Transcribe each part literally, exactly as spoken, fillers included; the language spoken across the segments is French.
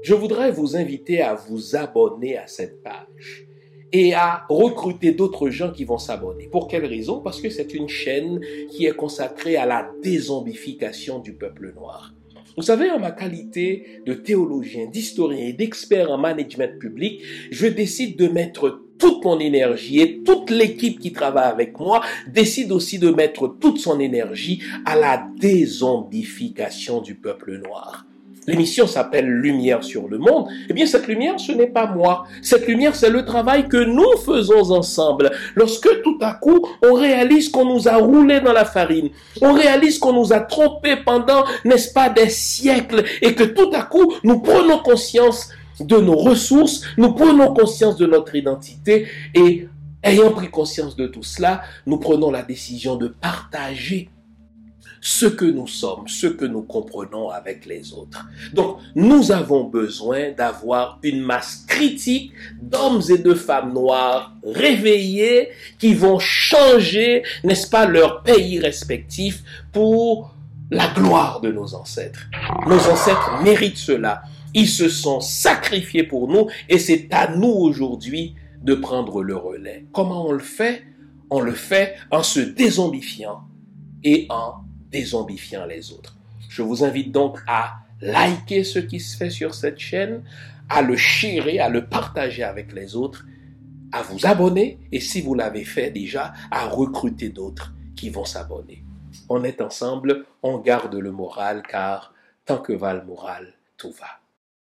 je voudrais vous inviter à vous abonner à cette page et à recruter d'autres gens qui vont s'abonner. Pour quelle raison? Parce que c'est une chaîne qui est consacrée à la dézombification du peuple noir. Vous savez, en ma qualité de théologien, d'historien et d'expert en management public, je décide de mettre toute mon énergie et toute l'équipe qui travaille avec moi décide aussi de mettre toute son énergie à la dézombification du peuple noir. L'émission s'appelle Lumière sur le monde. Eh bien, cette lumière, ce n'est pas moi. Cette lumière, c'est le travail que nous faisons ensemble. Lorsque tout à coup, on réalise qu'on nous a roulé dans la farine, on réalise qu'on nous a trompés pendant, n'est-ce pas, des siècles, et que tout à coup, nous prenons conscience de nos ressources, nous prenons conscience de notre identité, et ayant pris conscience de tout cela, nous prenons la décision de partager ce que nous sommes, ce que nous comprenons avec les autres. Donc, nous avons besoin d'avoir une masse critique d'hommes et de femmes noirs réveillés qui vont changer, n'est-ce pas, leur pays respectif pour la gloire de nos ancêtres. Nos ancêtres méritent cela. Ils se sont sacrifiés pour nous et c'est à nous aujourd'hui de prendre le relais. Comment on le fait? On le fait en se dézombifiant et en dézombifiant les autres. Je vous invite donc à liker ce qui se fait sur cette chaîne, à le sharer, à le partager avec les autres, à vous abonner et si vous l'avez fait déjà, à recruter d'autres qui vont s'abonner. On est ensemble, on garde le moral car tant que va le moral, tout va.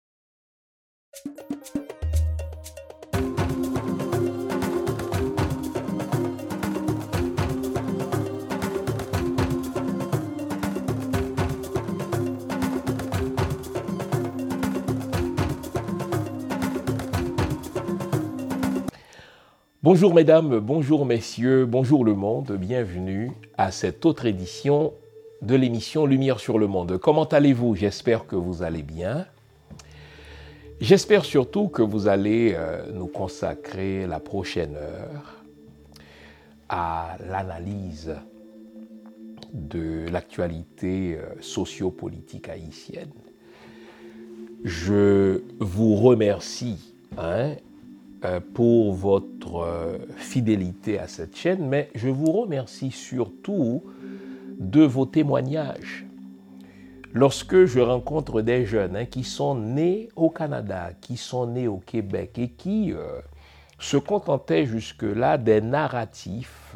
Bonjour mesdames, bonjour messieurs, bonjour le monde, bienvenue à cette autre édition de l'émission Lumière sur le monde. Comment allez-vous? J'espère que vous allez bien. J'espère surtout que vous allez euh, nous consacrer la prochaine heure à l'analyse de l'actualité euh, socio-politique haïtienne. Je vous remercie, hein, pour votre fidélité à cette chaîne, mais je vous remercie surtout de vos témoignages. Lorsque je rencontre des jeunes hein, qui sont nés au Canada, qui sont nés au Québec et qui euh, se contentaient jusque-là des narratifs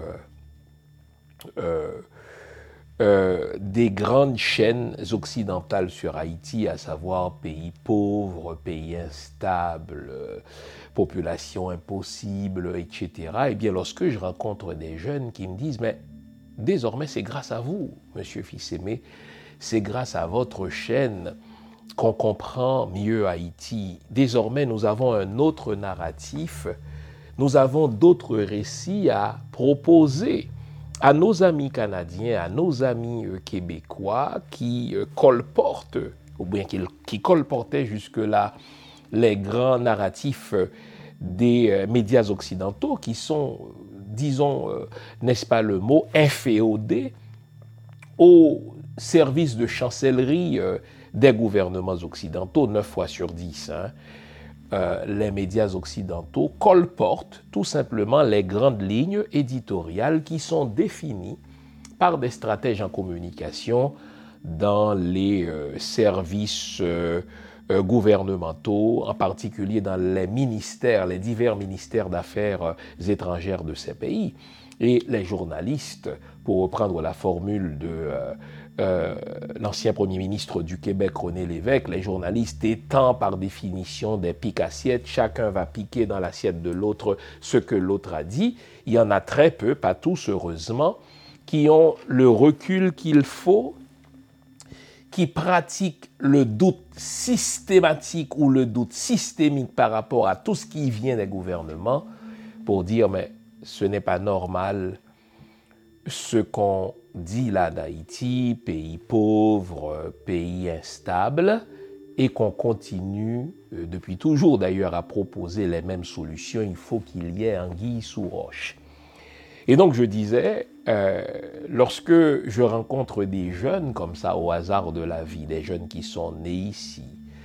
euh, euh, des grandes chaînes occidentales sur Haïti, à savoir pays pauvre, pays instable, euh, population impossible, et cetera. Eh bien, lorsque je rencontre des jeunes qui me disent « Mais désormais, c'est grâce à vous, monsieur Fils-Aimé, c'est grâce à votre chaîne qu'on comprend mieux Haïti. Désormais, nous avons un autre narratif, nous avons d'autres récits à proposer à nos amis canadiens, à nos amis euh, québécois qui euh, colportent, ou bien qui, qui colportaient jusque-là les grands narratifs des euh, médias occidentaux qui sont, disons, euh, n'est-ce pas le mot, inféodés au service de chancellerie euh, des gouvernements occidentaux, neuf fois sur dix. Hein. Euh, les médias occidentaux colportent tout simplement les grandes lignes éditoriales qui sont définies par des stratèges en communication dans les euh, services euh, euh, gouvernementaux, en particulier dans les ministères, les divers ministères d'affaires euh, étrangères de ces pays. Et les journalistes, pour reprendre la formule de euh, euh, l'ancien premier ministre du Québec, René Lévesque, les journalistes étant par définition des piques-assiettes, chacun va piquer dans l'assiette de l'autre ce que l'autre a dit. Il y en a très peu, pas tous heureusement, qui ont le recul qu'il faut, qui pratiquent le doute systématique ou le doute systémique par rapport à tout ce qui vient des gouvernements pour dire mais ce n'est pas normal ce qu'on dit là d'Haïti, pays pauvre, pays instable, et qu'on continue euh, depuis toujours d'ailleurs à proposer les mêmes solutions, il faut qu'il y ait anguille sous roche. Et donc je disais, euh, lorsque je rencontre des jeunes comme ça au hasard de la vie, des jeunes qui sont nés ici,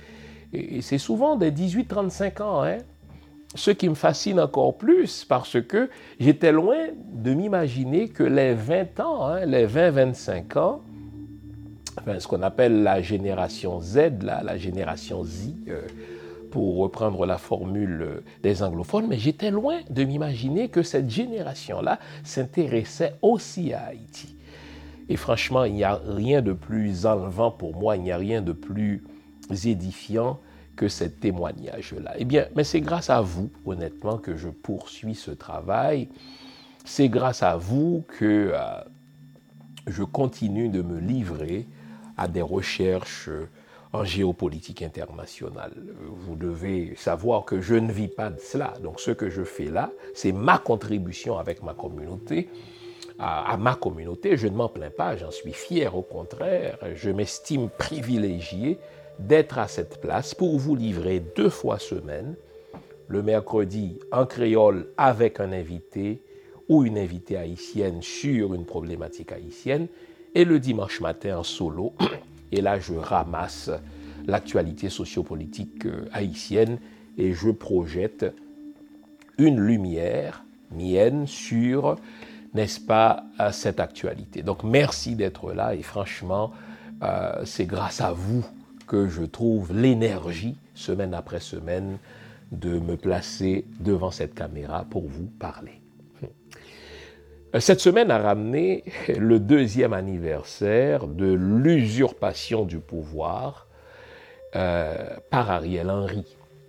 Et c'est souvent des dix-huit à trente-cinq ans, hein. Ce qui me fascine encore plus, parce que j'étais loin de m'imaginer que les vingt ans, hein, les vingt à vingt-cinq ans, enfin, ce qu'on appelle la génération Z, la, la génération Z, euh, pour reprendre la formule des anglophones, mais j'étais loin de m'imaginer que cette génération-là s'intéressait aussi à Haïti. Et franchement, il n'y a rien de plus enlevant pour moi, il n'y a rien de plus édifiant que ce témoignage-là. Eh bien, mais c'est grâce à vous, honnêtement, que je poursuis ce travail. C'est grâce à vous que euh, je continue de me livrer à des recherches en géopolitique internationale. Vous devez savoir que je ne vis pas de cela. Donc, ce que je fais là, c'est ma contribution avec ma communauté. À, à ma communauté, je ne m'en plains pas, j'en suis fier, au contraire. Je m'estime privilégié d'être à cette place pour vous livrer deux fois semaine, le mercredi en créole avec un invité ou une invitée haïtienne sur une problématique haïtienne, et le dimanche matin en solo. Et là, je ramasse l'actualité sociopolitique haïtienne et je projette une lumière mienne sur, n'est-ce pas, cette actualité. Donc, merci d'être là et franchement, euh, c'est grâce à vous que je trouve l'énergie, semaine après semaine, de me placer devant cette caméra pour vous parler. Cette semaine a ramené le deuxième anniversaire de l'usurpation du pouvoir euh, par Ariel Henry.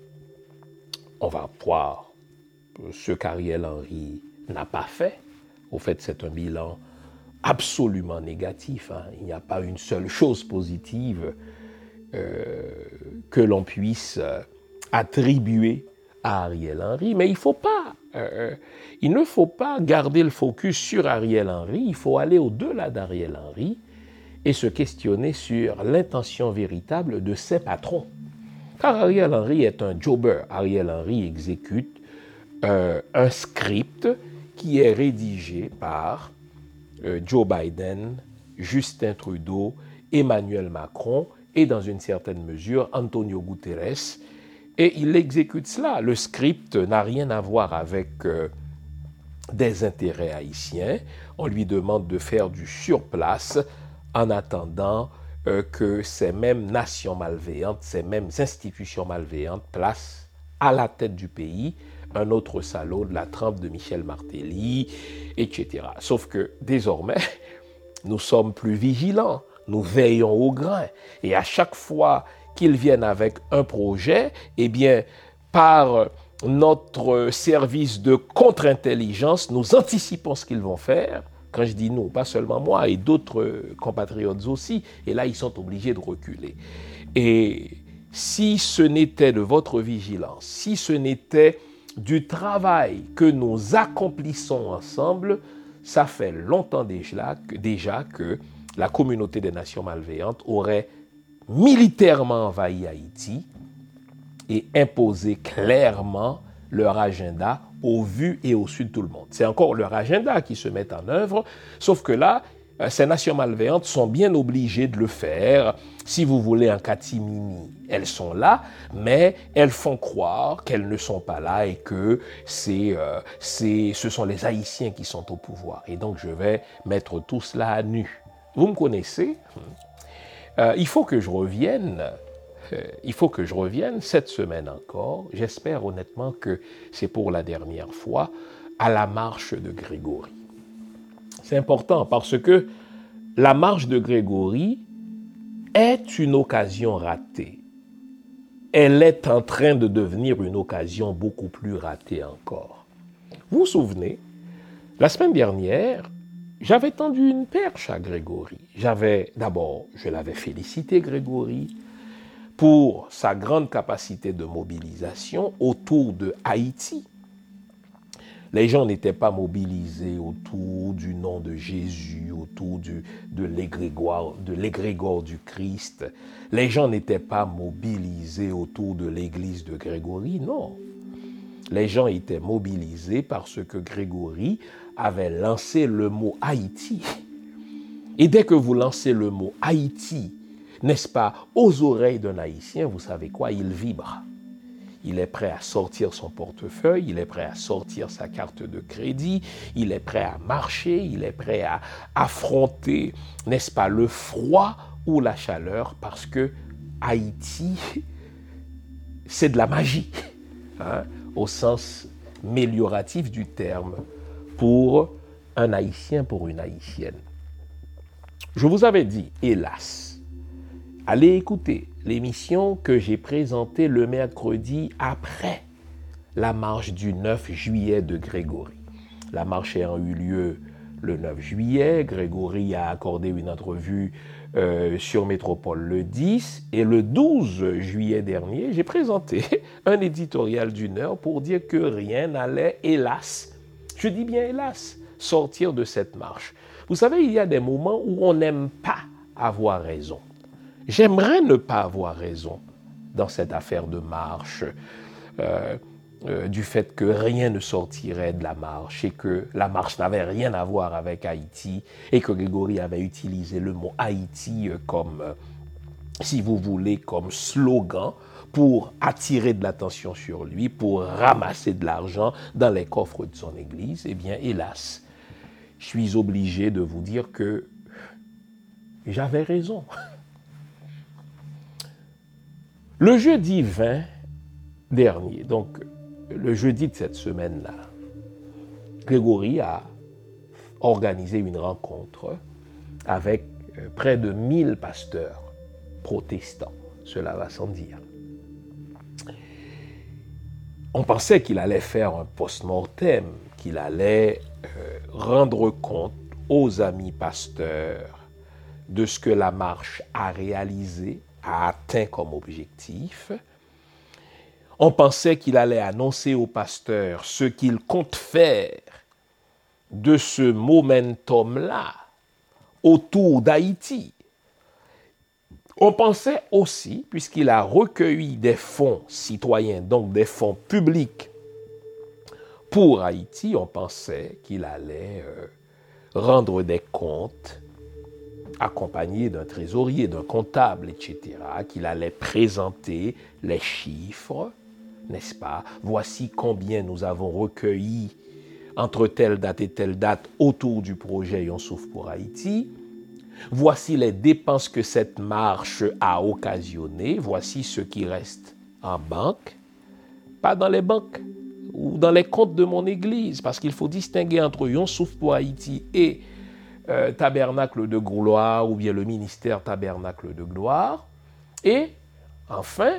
On va voir ce qu'Ariel Henry n'a pas fait. Au fait, c'est un bilan absolument négatif, hein. Il n'y a pas une seule chose positive Euh, que l'on puisse euh, attribuer à Ariel Henry, mais il faut pas, euh, il ne faut pas garder le focus sur Ariel Henry, il faut aller au-delà d'Ariel Henry et se questionner sur l'intention véritable de ses patrons. Car Ariel Henry est un jobber. Ariel Henry exécute euh, un script qui est rédigé par euh, Joe Biden, Justin Trudeau, Emmanuel Macron et dans une certaine mesure, Antonio Guterres, et il exécute cela. Le script n'a rien à voir avec euh, des intérêts haïtiens. On lui demande de faire du surplace en attendant euh, que ces mêmes nations malveillantes, ces mêmes institutions malveillantes placent à la tête du pays un autre salaud de la trempe de Michel Martelly, et cetera. Sauf que désormais, nous sommes plus vigilants. Nous veillons au grain. Et à chaque fois qu'ils viennent avec un projet, eh bien, par notre service de contre-intelligence, nous anticipons ce qu'ils vont faire. Quand je dis nous, pas seulement moi, et d'autres compatriotes aussi. Et là, ils sont obligés de reculer. Et si ce n'était de votre vigilance, si ce n'était du travail que nous accomplissons ensemble, ça fait longtemps déjà que, déjà que la communauté des nations malveillantes aurait militairement envahi Haïti et imposé clairement leur agenda au vu et au su de tout le monde. C'est encore leur agenda qui se met en œuvre, sauf que là, ces nations malveillantes sont bien obligées de le faire. Si vous voulez en catimini, elles sont là, mais elles font croire qu'elles ne sont pas là et que c'est, euh, c'est, ce sont les Haïtiens qui sont au pouvoir. Et donc, je vais mettre tout cela à nu. Vous me connaissez, euh, il faut que je revienne, euh, il faut que je revienne cette semaine encore, j'espère honnêtement que c'est pour la dernière fois, à la marche de Grégory. C'est important parce que la marche de Grégory est une occasion ratée. Elle est en train de devenir une occasion beaucoup plus ratée encore. Vous vous souvenez, la semaine dernière, j'avais tendu une perche à Grégory. J'avais, d'abord, je l'avais félicité, Grégory, pour sa grande capacité de mobilisation autour de Haïti. Les gens n'étaient pas mobilisés autour du nom de Jésus, autour du, de, l'égrégore, de l'égrégore du Christ. Les gens n'étaient pas mobilisés autour de l'église de Grégory, non. Les gens étaient mobilisés parce que Grégory avait lancé le mot Haïti. Et dès que vous lancez le mot Haïti n'est-ce pas, aux oreilles d'un Haïtien, vous savez quoi, il vibre. Il est prêt à sortir son portefeuille, il est prêt à sortir sa carte de crédit, il est prêt à marcher, il est prêt à affronter, n'est-ce pas, le froid ou la chaleur, parce que Haïti, c'est de la magie, hein, au sens mélioratif du terme, pour un Haïtien, pour une Haïtienne. Je vous avais dit, hélas, allez écouter l'émission que j'ai présentée le mercredi après la marche du neuf juillet de Grégory. La marche ayant eu lieu le neuf juillet, Grégory a accordé une entrevue euh, sur Métropole le dix, et le douze juillet dernier, j'ai présenté un éditorial d'une heure pour dire que rien n'allait, hélas, je dis bien hélas, sortir de cette marche. Vous savez, il y a des moments où on n'aime pas avoir raison. J'aimerais ne pas avoir raison dans cette affaire de marche, euh, euh, du fait que rien ne sortirait de la marche et que la marche n'avait rien à voir avec Haïti et que Grégory avait utilisé le mot Haïti comme, euh, si vous voulez, comme slogan pour attirer de l'attention sur lui, pour ramasser de l'argent dans les coffres de son église. Eh bien, hélas, je suis obligé de vous dire que j'avais raison. Le jeudi vingt dernier, donc le jeudi de cette semaine-là, Grégory a organisé une rencontre avec près de mille pasteurs protestants, cela va sans dire. On pensait qu'il allait faire un post-mortem, qu'il allait euh, rendre compte aux amis pasteurs de ce que la marche a réalisé, a atteint comme objectif. On pensait qu'il allait annoncer aux pasteurs ce qu'il compte faire de ce momentum-là autour d'Haïti. On pensait aussi, puisqu'il a recueilli des fonds citoyens, donc des fonds publics pour Haïti, on pensait qu'il allait euh, rendre des comptes accompagné d'un trésorier, d'un comptable, et cetera, qu'il allait présenter les chiffres, n'est-ce pas? Voici combien nous avons recueilli entre telle date et telle date autour du projet On souffle pour Haïti. Voici les dépenses que cette marche a occasionnées. Voici ce qui reste en banque, pas dans les banques ou dans les comptes de mon église, parce qu'il faut distinguer entre On souffle pour Haïti et Euh, Tabernacle de gloire ou bien le ministère Tabernacle de gloire. Et enfin,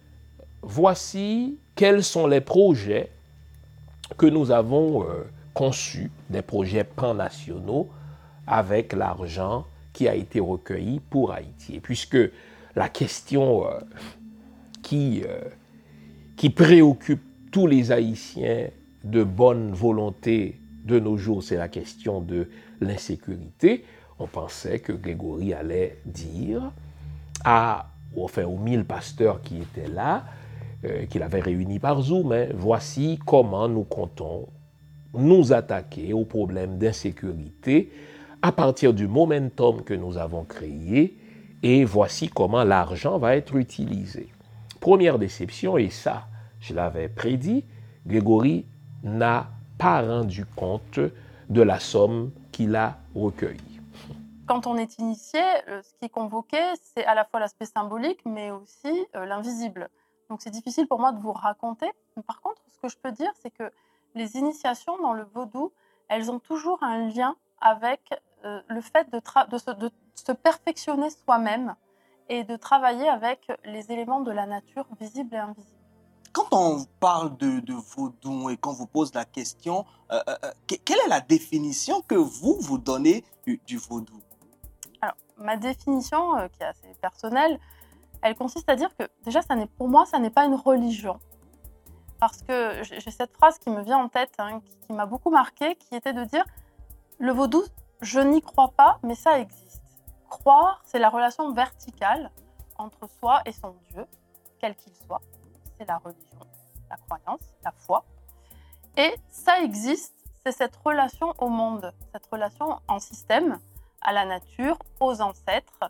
voici quels sont les projets que nous avons euh, conçus, des projets pan-nationaux avec l'argent qui a été recueilli pour Haïti. Et puisque la question euh, qui, euh, qui préoccupe tous les Haïtiens de bonne volonté de nos jours, c'est la question de l'insécurité, on pensait que Grégory allait dire à, enfin, aux mille pasteurs qui étaient là, euh, qu'il avait réunis par Zoom, hein, voici comment nous comptons nous attaquer aux problèmes d'insécurité à partir du momentum que nous avons créé, et voici comment l'argent va être utilisé. Première déception, et ça, je l'avais prédit, Grégory n'a pas rendu compte de la somme qu'il a recueillie. Quand on est initié, ce qui est convoqué, c'est à la fois l'aspect symbolique, mais aussi euh, l'invisible. Donc c'est difficile pour moi de vous raconter. Mais par contre, ce que je peux dire, c'est que les initiations dans le vaudou, elles ont toujours un lien avec euh, le fait de, tra- de, se, de se perfectionner soi-même et de travailler avec les éléments de la nature visibles et invisibles. Quand on parle de, de vaudou et qu'on vous pose la question, euh, euh, quelle est la définition que vous, vous donnez du, du vaudou? Alors, ma définition, euh, qui est assez personnelle, elle consiste à dire que, déjà, ça n'est, pour moi, ça n'est pas une religion. Parce que j'ai cette phrase qui me vient en tête, hein, qui, qui m'a beaucoup marquée, qui était de dire « Le vaudou, je n'y crois pas, mais ça existe. Croire, c'est la relation verticale entre soi et son Dieu, quel qu'il soit. C'est la religion, la croyance, la foi. Et ça existe, c'est cette relation au monde, cette relation en système, à la nature, aux ancêtres,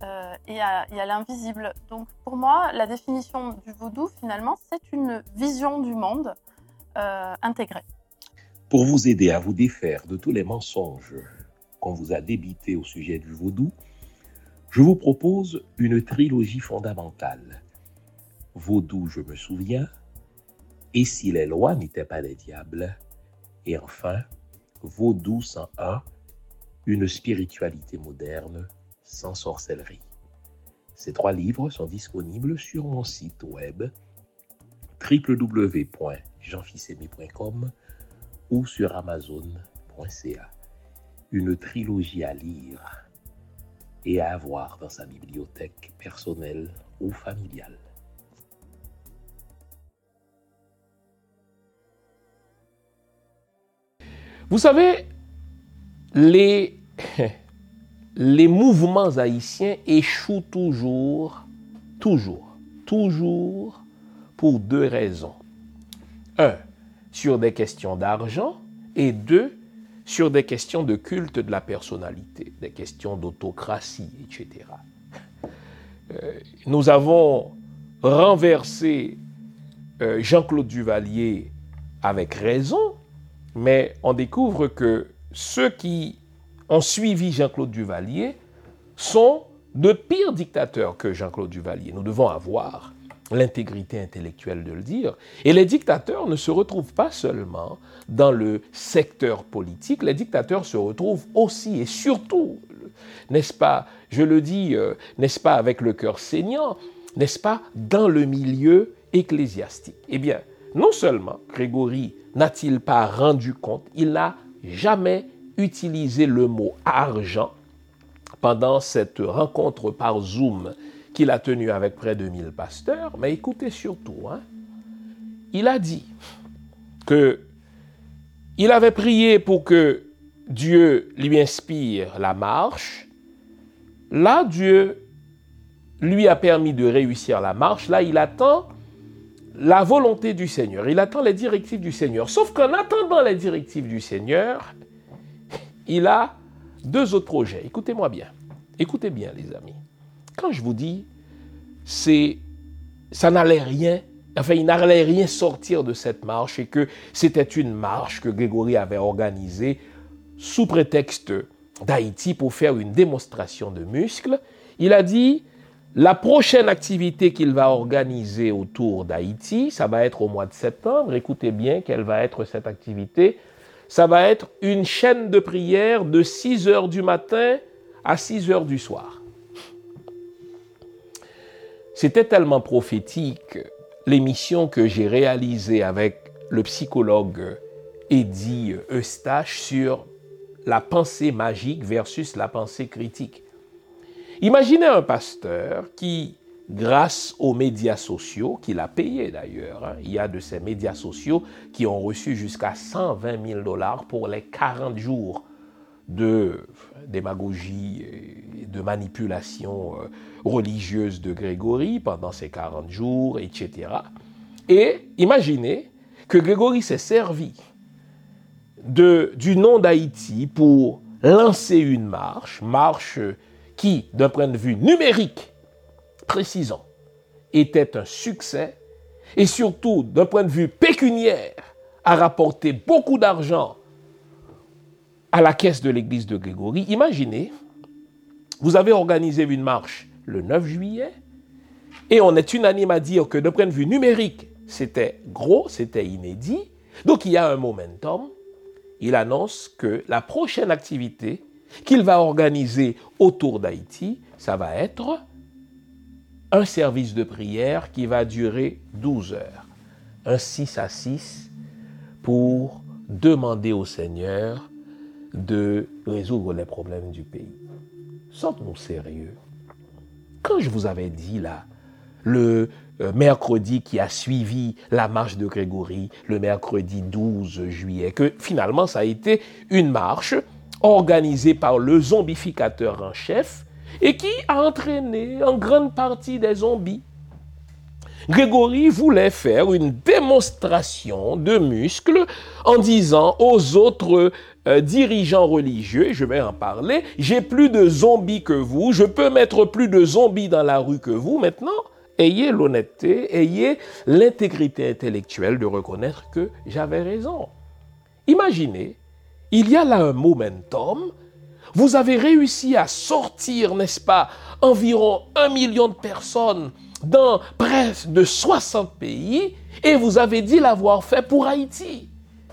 euh, et à, et à l'invisible. Donc pour moi, la définition du vaudou, finalement, c'est une vision du monde euh, intégrée. Pour vous aider à vous défaire de tous les mensonges qu'on vous a débités au sujet du vaudou, je vous propose une trilogie fondamentale. Vaudou, je me souviens, et si les lois n'étaient pas des diables, et enfin, Vaudou cent un, une spiritualité moderne sans sorcellerie. Ces trois livres sont disponibles sur mon site web w w w point jean fils-aimé point com ou sur amazon point c a. Une trilogie à lire et à avoir dans sa bibliothèque personnelle ou familiale. Vous savez, les, les mouvements haïtiens échouent toujours, toujours, toujours pour deux raisons. Un, sur des questions d'argent et deux, sur des questions de culte de la personnalité, des questions d'autocratie, et cetera. Euh, nous avons renversé euh, Jean-Claude Duvalier avec raison, mais on découvre que ceux qui ont suivi Jean-Claude Duvalier sont de pires dictateurs que Jean-Claude Duvalier. Nous devons avoir l'intégrité intellectuelle de le dire. Et les dictateurs ne se retrouvent pas seulement dans le secteur politique, les dictateurs se retrouvent aussi et surtout, n'est-ce pas, je le dis, euh, n'est-ce pas avec le cœur saignant, n'est-ce pas, dans le milieu ecclésiastique. Eh bien, non seulement Grégory n'a-t-il pas rendu compte, il n'a jamais utilisé le mot argent pendant cette rencontre par Zoom qu'il a tenue avec près de mille pasteurs, mais écoutez surtout, hein, il a dit que il avait prié pour que Dieu lui inspire la marche. Là, Dieu lui a permis de réussir la marche. Là, il attend la volonté du Seigneur. Il attend les directives du Seigneur. Sauf qu'en attendant les directives du Seigneur, il a deux autres projets. Écoutez-moi bien. Écoutez bien, les amis. Quand je vous dis, c'est, ça n'allait rien, enfin, il n'allait rien sortir de cette marche et que c'était une marche que Grégory avait organisée sous prétexte d'Haïti pour faire une démonstration de muscles. Il a dit, la prochaine activité qu'il va organiser autour d'Haïti, ça va être au mois de septembre. Écoutez bien quelle va être cette activité. Ça va être une chaîne de prière de six heures du matin à six heures du soir. C'était tellement prophétique, l'émission que j'ai réalisée avec le psychologue Eddie Eustache sur la pensée magique versus la pensée critique. Imaginez un pasteur qui, grâce aux médias sociaux, qu'il a payé d'ailleurs, hein, il y a de ces médias sociaux qui ont reçu jusqu'à cent vingt mille dollars pour les quarante jours de démagogie et de manipulation religieuse de Grégory pendant ces quarante jours, et cetera. Et imaginez que Grégory s'est servi de, du nom d'Haïti pour lancer une marche, marche qui, d'un point de vue numérique, précisons, était un succès et surtout, d'un point de vue pécuniaire, a rapporté beaucoup d'argent à la caisse de l'église de Grégory. Imaginez, vous avez organisé une marche le neuf juillet et on est unanime à dire que d'un point de vue numérique, c'était gros, c'était inédit. Donc il y a un momentum. Il annonce que la prochaine activité qu'il va organiser autour d'Haïti, ça va être un service de prière qui va durer douze heures. Un six à six pour demander au Seigneur de résoudre les problèmes du pays. Sommes-nous sérieux? Quand je vous avais dit là, le euh, mercredi qui a suivi la marche de Grégory, le mercredi douze juillet, que finalement ça a été une marche organisée par le zombificateur en chef et qui a entraîné en grande partie des zombies. Grégory voulait faire une démonstration de muscles en disant aux autres euh, dirigeants religieux, et je vais en parler, j'ai plus de zombies que vous, je peux mettre plus de zombies dans la rue que vous. Maintenant, ayez l'honnêteté, ayez l'intégrité intellectuelle de reconnaître que j'avais raison. Imaginez, il y a là un momentum, vous avez réussi à sortir, n'est-ce pas, environ un million de personnes dans près de soixante pays, et vous avez dit l'avoir fait pour Haïti.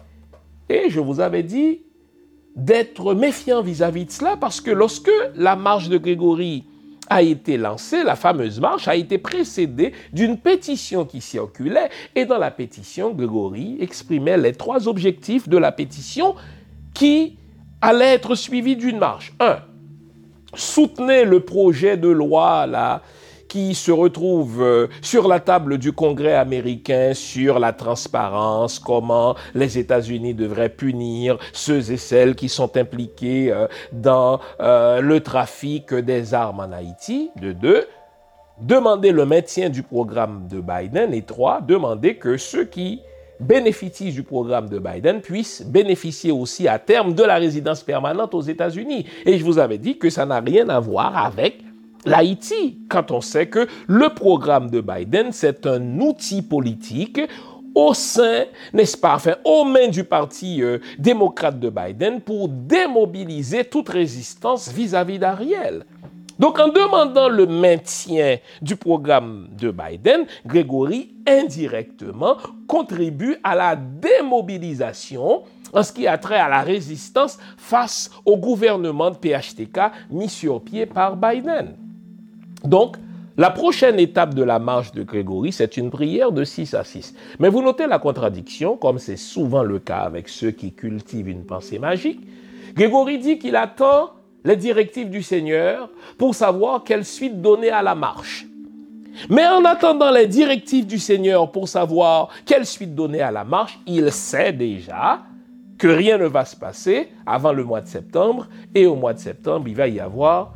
Et je vous avais dit d'être méfiant vis-à-vis de cela, parce que lorsque la marche de Grégory a été lancée, la fameuse marche a été précédée d'une pétition qui circulait, et dans la pétition, Grégory exprimait les trois objectifs de la pétition qui allaient être suivis d'une marche. Un, soutenez le projet de loi là, qui se retrouve euh, sur la table du Congrès américain sur la transparence, comment les États-Unis devraient punir ceux et celles qui sont impliqués euh, dans euh, le trafic des armes en Haïti. De deux, demander le maintien du programme de Biden. Et trois, demander que ceux qui bénéficient du programme de Biden puissent bénéficier aussi à terme de la résidence permanente aux États-Unis. Et je vous avais dit que ça n'a rien à voir avec l'Haïti, quand on sait que le programme de Biden, c'est un outil politique au sein, n'est-ce pas, enfin, aux mains du parti euh, démocrate de Biden pour démobiliser toute résistance vis-à-vis d'Ariel. Donc, en demandant le maintien du programme de Biden, Grégory, indirectement, contribue à la démobilisation en ce qui a trait à la résistance face au gouvernement de P H T K mis sur pied par Biden. Donc, la prochaine étape de la marche de Grégory, c'est une prière de six à six. Mais vous notez la contradiction, comme c'est souvent le cas avec ceux qui cultivent une pensée magique. Grégory dit qu'il attend les directives du Seigneur pour savoir quelle suite donner à la marche. Mais en attendant les directives du Seigneur pour savoir quelle suite donner à la marche, il sait déjà que rien ne va se passer avant le mois de septembre, et au mois de septembre, il va y avoir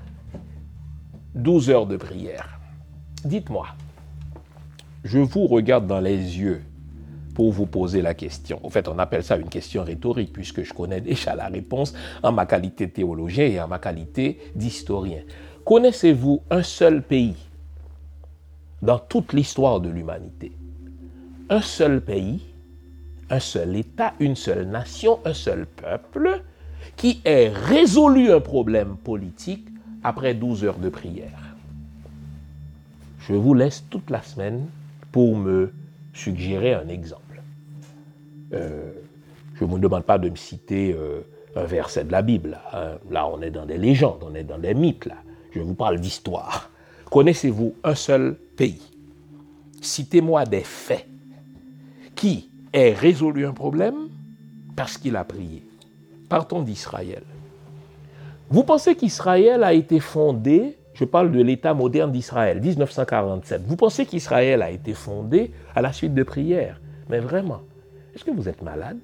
douze heures de prière. Dites-moi, je vous regarde dans les yeux pour vous poser la question. En fait, on appelle ça une question rhétorique, puisque je connais déjà la réponse en ma qualité de théologien et en ma qualité d'historien. Connaissez-vous un seul pays dans toute l'histoire de l'humanité? Un seul pays, un seul État, une seule nation, un seul peuple qui ait résolu un problème politique après douze heures de prière? Je vous laisse toute la semaine pour me suggérer un exemple. Euh, je ne vous demande pas de me citer euh, un verset de la Bible. Hein. Là, on est dans des légendes, on est dans des mythes. Là. Je vous parle d'histoire. Connaissez-vous un seul pays? Citez-moi des faits qui ait résolu un problème parce qu'il a prié. Partons d'Israël. Vous pensez qu'Israël a été fondé, je parle de l'État moderne d'Israël, dix-neuf cent quarante-sept. Vous pensez qu'Israël a été fondé à la suite de prières? Mais vraiment, est-ce que vous êtes malade?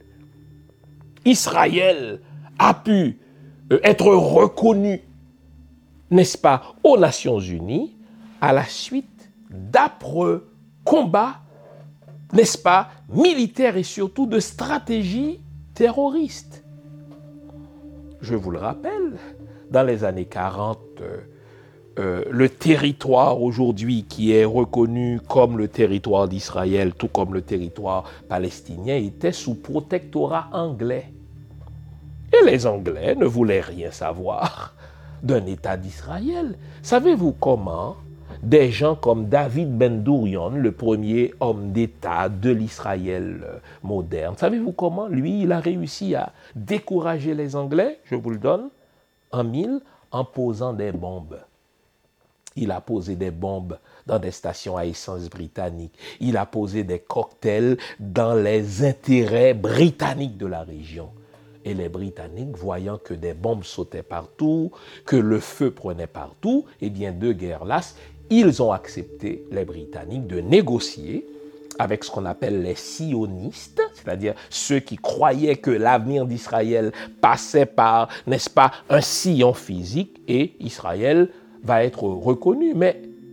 Israël a pu être reconnu, n'est-ce pas, aux Nations Unies à la suite d'âpres combats, n'est-ce pas, militaires et surtout de stratégies terroristes. Je vous le rappelle, dans les années quarante, euh, euh, le territoire aujourd'hui qui est reconnu comme le territoire d'Israël, tout comme le territoire palestinien, était sous protectorat anglais. Et les Anglais ne voulaient rien savoir d'un État d'Israël. Savez-vous comment des gens comme David Ben Gurion, le premier homme d'État de l'Israël moderne, savez-vous comment lui, il a réussi à décourager les Anglais? Je vous le donne en mille, en posant des bombes. Il a posé des bombes dans des stations à essence britanniques. Il a posé des cocktails dans les intérêts britanniques de la région. Et les Britanniques, voyant que des bombes sautaient partout, que le feu prenait partout, eh bien, de guerre lasse, ils ont accepté, les Britanniques, de négocier avec ce qu'on appelle les sionistes, c'est-à-dire ceux qui croyaient que l'avenir d'Israël passait par, n'est-ce pas, un sillon physique, et Israël va être reconnu. Mais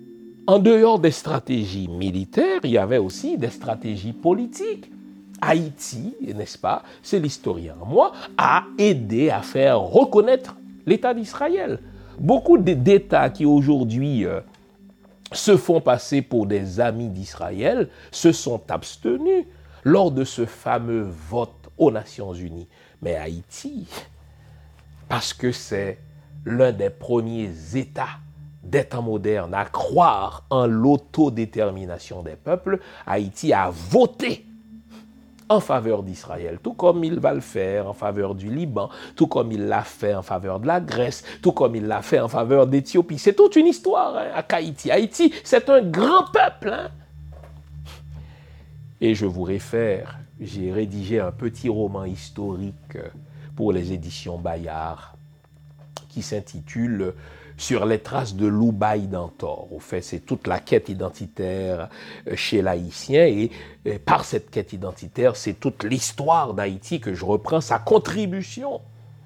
En dehors des stratégies militaires, il y avait aussi des stratégies politiques. Haïti, n'est-ce pas, c'est l'historien en moi, a aidé à faire reconnaître l'État d'Israël. Beaucoup d'États qui aujourd'hui euh, se font passer pour des amis d'Israël se sont abstenus lors de ce fameux vote aux Nations Unies. Mais Haïti, parce que c'est l'un des premiers États des temps modernes à croire en l'autodétermination des peuples, Haïti a voté en faveur d'Israël, tout comme il va le faire en faveur du Liban, tout comme il l'a fait en faveur de la Grèce, tout comme il l'a fait en faveur d'Éthiopie. C'est toute une histoire hein, à Haïti. Haïti, c'est un grand peuple. Hein. Et je vous réfère, j'ai rédigé un petit roman historique pour les éditions Bayard qui s'intitule « Sur les traces de Loubaï d'Antor ». Au fait, c'est toute la quête identitaire chez l'Haïtien et, et par cette quête identitaire, c'est toute l'histoire d'Haïti que je reprends, sa contribution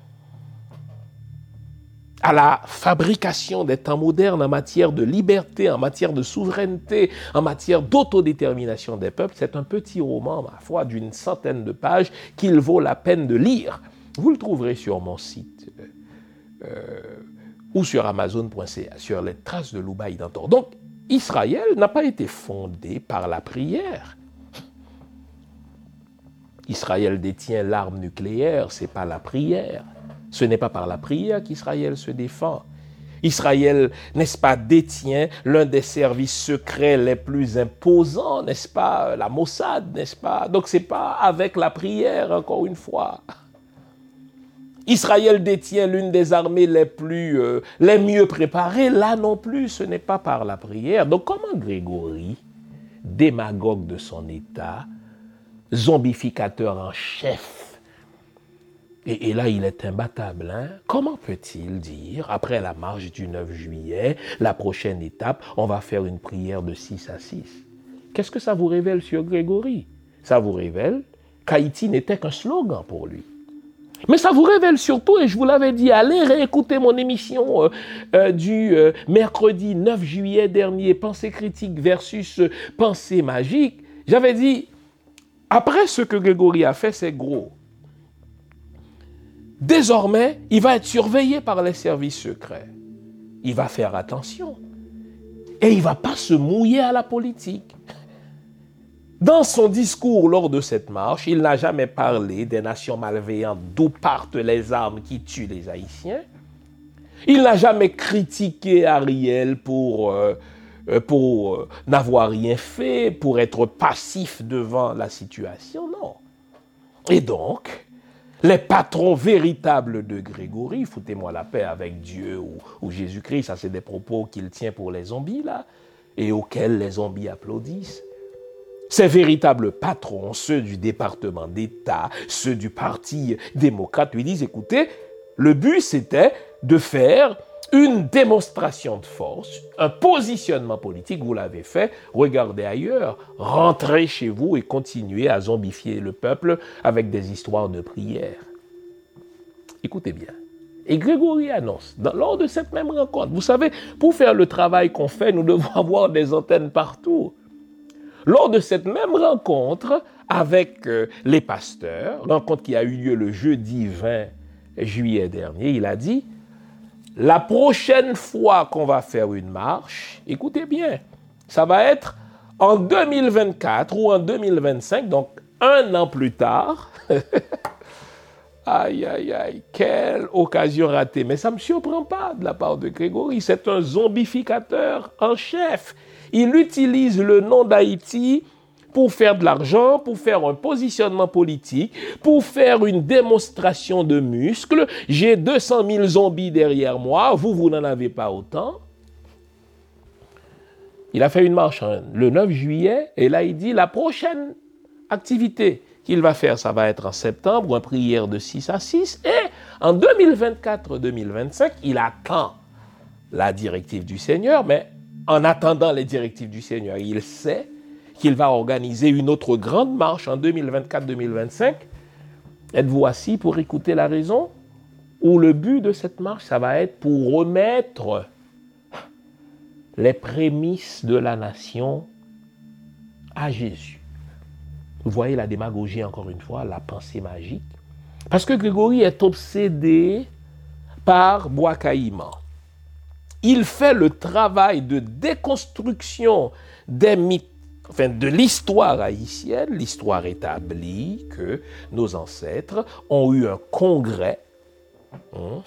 à la fabrication des temps modernes en matière de liberté, en matière de souveraineté, en matière d'autodétermination des peuples. C'est un petit roman, ma foi, d'une centaine de pages qu'il vaut la peine de lire. Vous le trouverez sur mon site. Euh, ou sur amazon point c a, sur les traces de Loubaï d'Antor. Donc, Israël n'a pas été fondé par la prière. Israël détient l'arme nucléaire, ce n'est pas la prière. Ce n'est pas par la prière qu'Israël se défend. Israël, n'est-ce pas, détient l'un des services secrets les plus imposants, n'est-ce pas, la Mossad, n'est-ce pas? Donc, ce n'est pas avec la prière, encore une fois. Israël détient l'une des armées les plus, euh, les mieux préparées. Là non plus, ce n'est pas par la prière. Donc comment Grégory, démagogue de son état, zombificateur en chef, et, et là il est imbattable, hein? Comment peut-il dire, après la marche du neuf juillet, la prochaine étape, on va faire une prière de six à six? Qu'est-ce que ça vous révèle sur Grégory? Ça vous révèle qu'Haïti n'était qu'un slogan pour lui. Mais ça vous révèle surtout, et je vous l'avais dit, allez réécouter mon émission euh, euh, du euh, mercredi neuf juillet dernier, Pensée critique versus euh, Pensée magique. J'avais dit, après ce que Grégory a fait, c'est gros. Désormais, il va être surveillé par les services secrets. Il va faire attention. Et il ne va pas se mouiller à la politique. Dans son discours lors de cette marche, il n'a jamais parlé des nations malveillantes d'où partent les armes qui tuent les Haïtiens. Il n'a jamais critiqué Ariel pour, euh, pour euh, n'avoir rien fait, pour être passif devant la situation, non. Et donc, les patrons véritables de Grégory, foutez-moi la paix avec Dieu ou, ou Jésus-Christ, ça c'est des propos qu'il tient pour les zombies là, et auxquels les zombies applaudissent. Ces véritables patrons, ceux du département d'État, ceux du Parti démocrate, lui disent, écoutez, le but c'était de faire une démonstration de force, un positionnement politique, vous l'avez fait, regardez ailleurs, rentrez chez vous et continuez à zombifier le peuple avec des histoires de prière. Écoutez bien. Et Grégory annonce, dans, lors de cette même rencontre, vous savez, pour faire le travail qu'on fait, nous devons avoir des antennes partout. Lors de cette même rencontre avec euh, les pasteurs, rencontre qui a eu lieu le jeudi vingt juillet dernier, il a dit, la prochaine fois qu'on va faire une marche, écoutez bien, ça va être en deux mille vingt-quatre ou en deux mille vingt-cinq, donc un an plus tard. Aïe, aïe, aïe, quelle occasion ratée. Mais ça ne me surprend pas de la part de Grégory, c'est un zombificateur en chef. Il utilise le nom d'Haïti pour faire de l'argent, pour faire un positionnement politique, pour faire une démonstration de muscles. J'ai deux cent mille zombies derrière moi, vous, vous n'en avez pas autant. Il a fait une marche hein, le neuf juillet, et là il dit la prochaine activité qu'il va faire, ça va être en septembre, une prière de six à six, et en deux mille vingt-quatre deux mille vingt-cinq, il attend la directive du Seigneur, mais en attendant les directives du Seigneur, il sait qu'il va organiser une autre grande marche en deux mille vingt-quatre deux mille vingt-cinq. Êtes-vous assis pour écouter la raison? Ou le but de cette marche, ça va être pour remettre les prémices de la nation à Jésus. Vous voyez la démagogie encore une fois, la pensée magique. Parce que Grégory est obsédé par Bois Caïman. Il fait le travail de déconstruction des mythes, enfin de l'histoire haïtienne. L'histoire établit que nos ancêtres ont eu un congrès hein,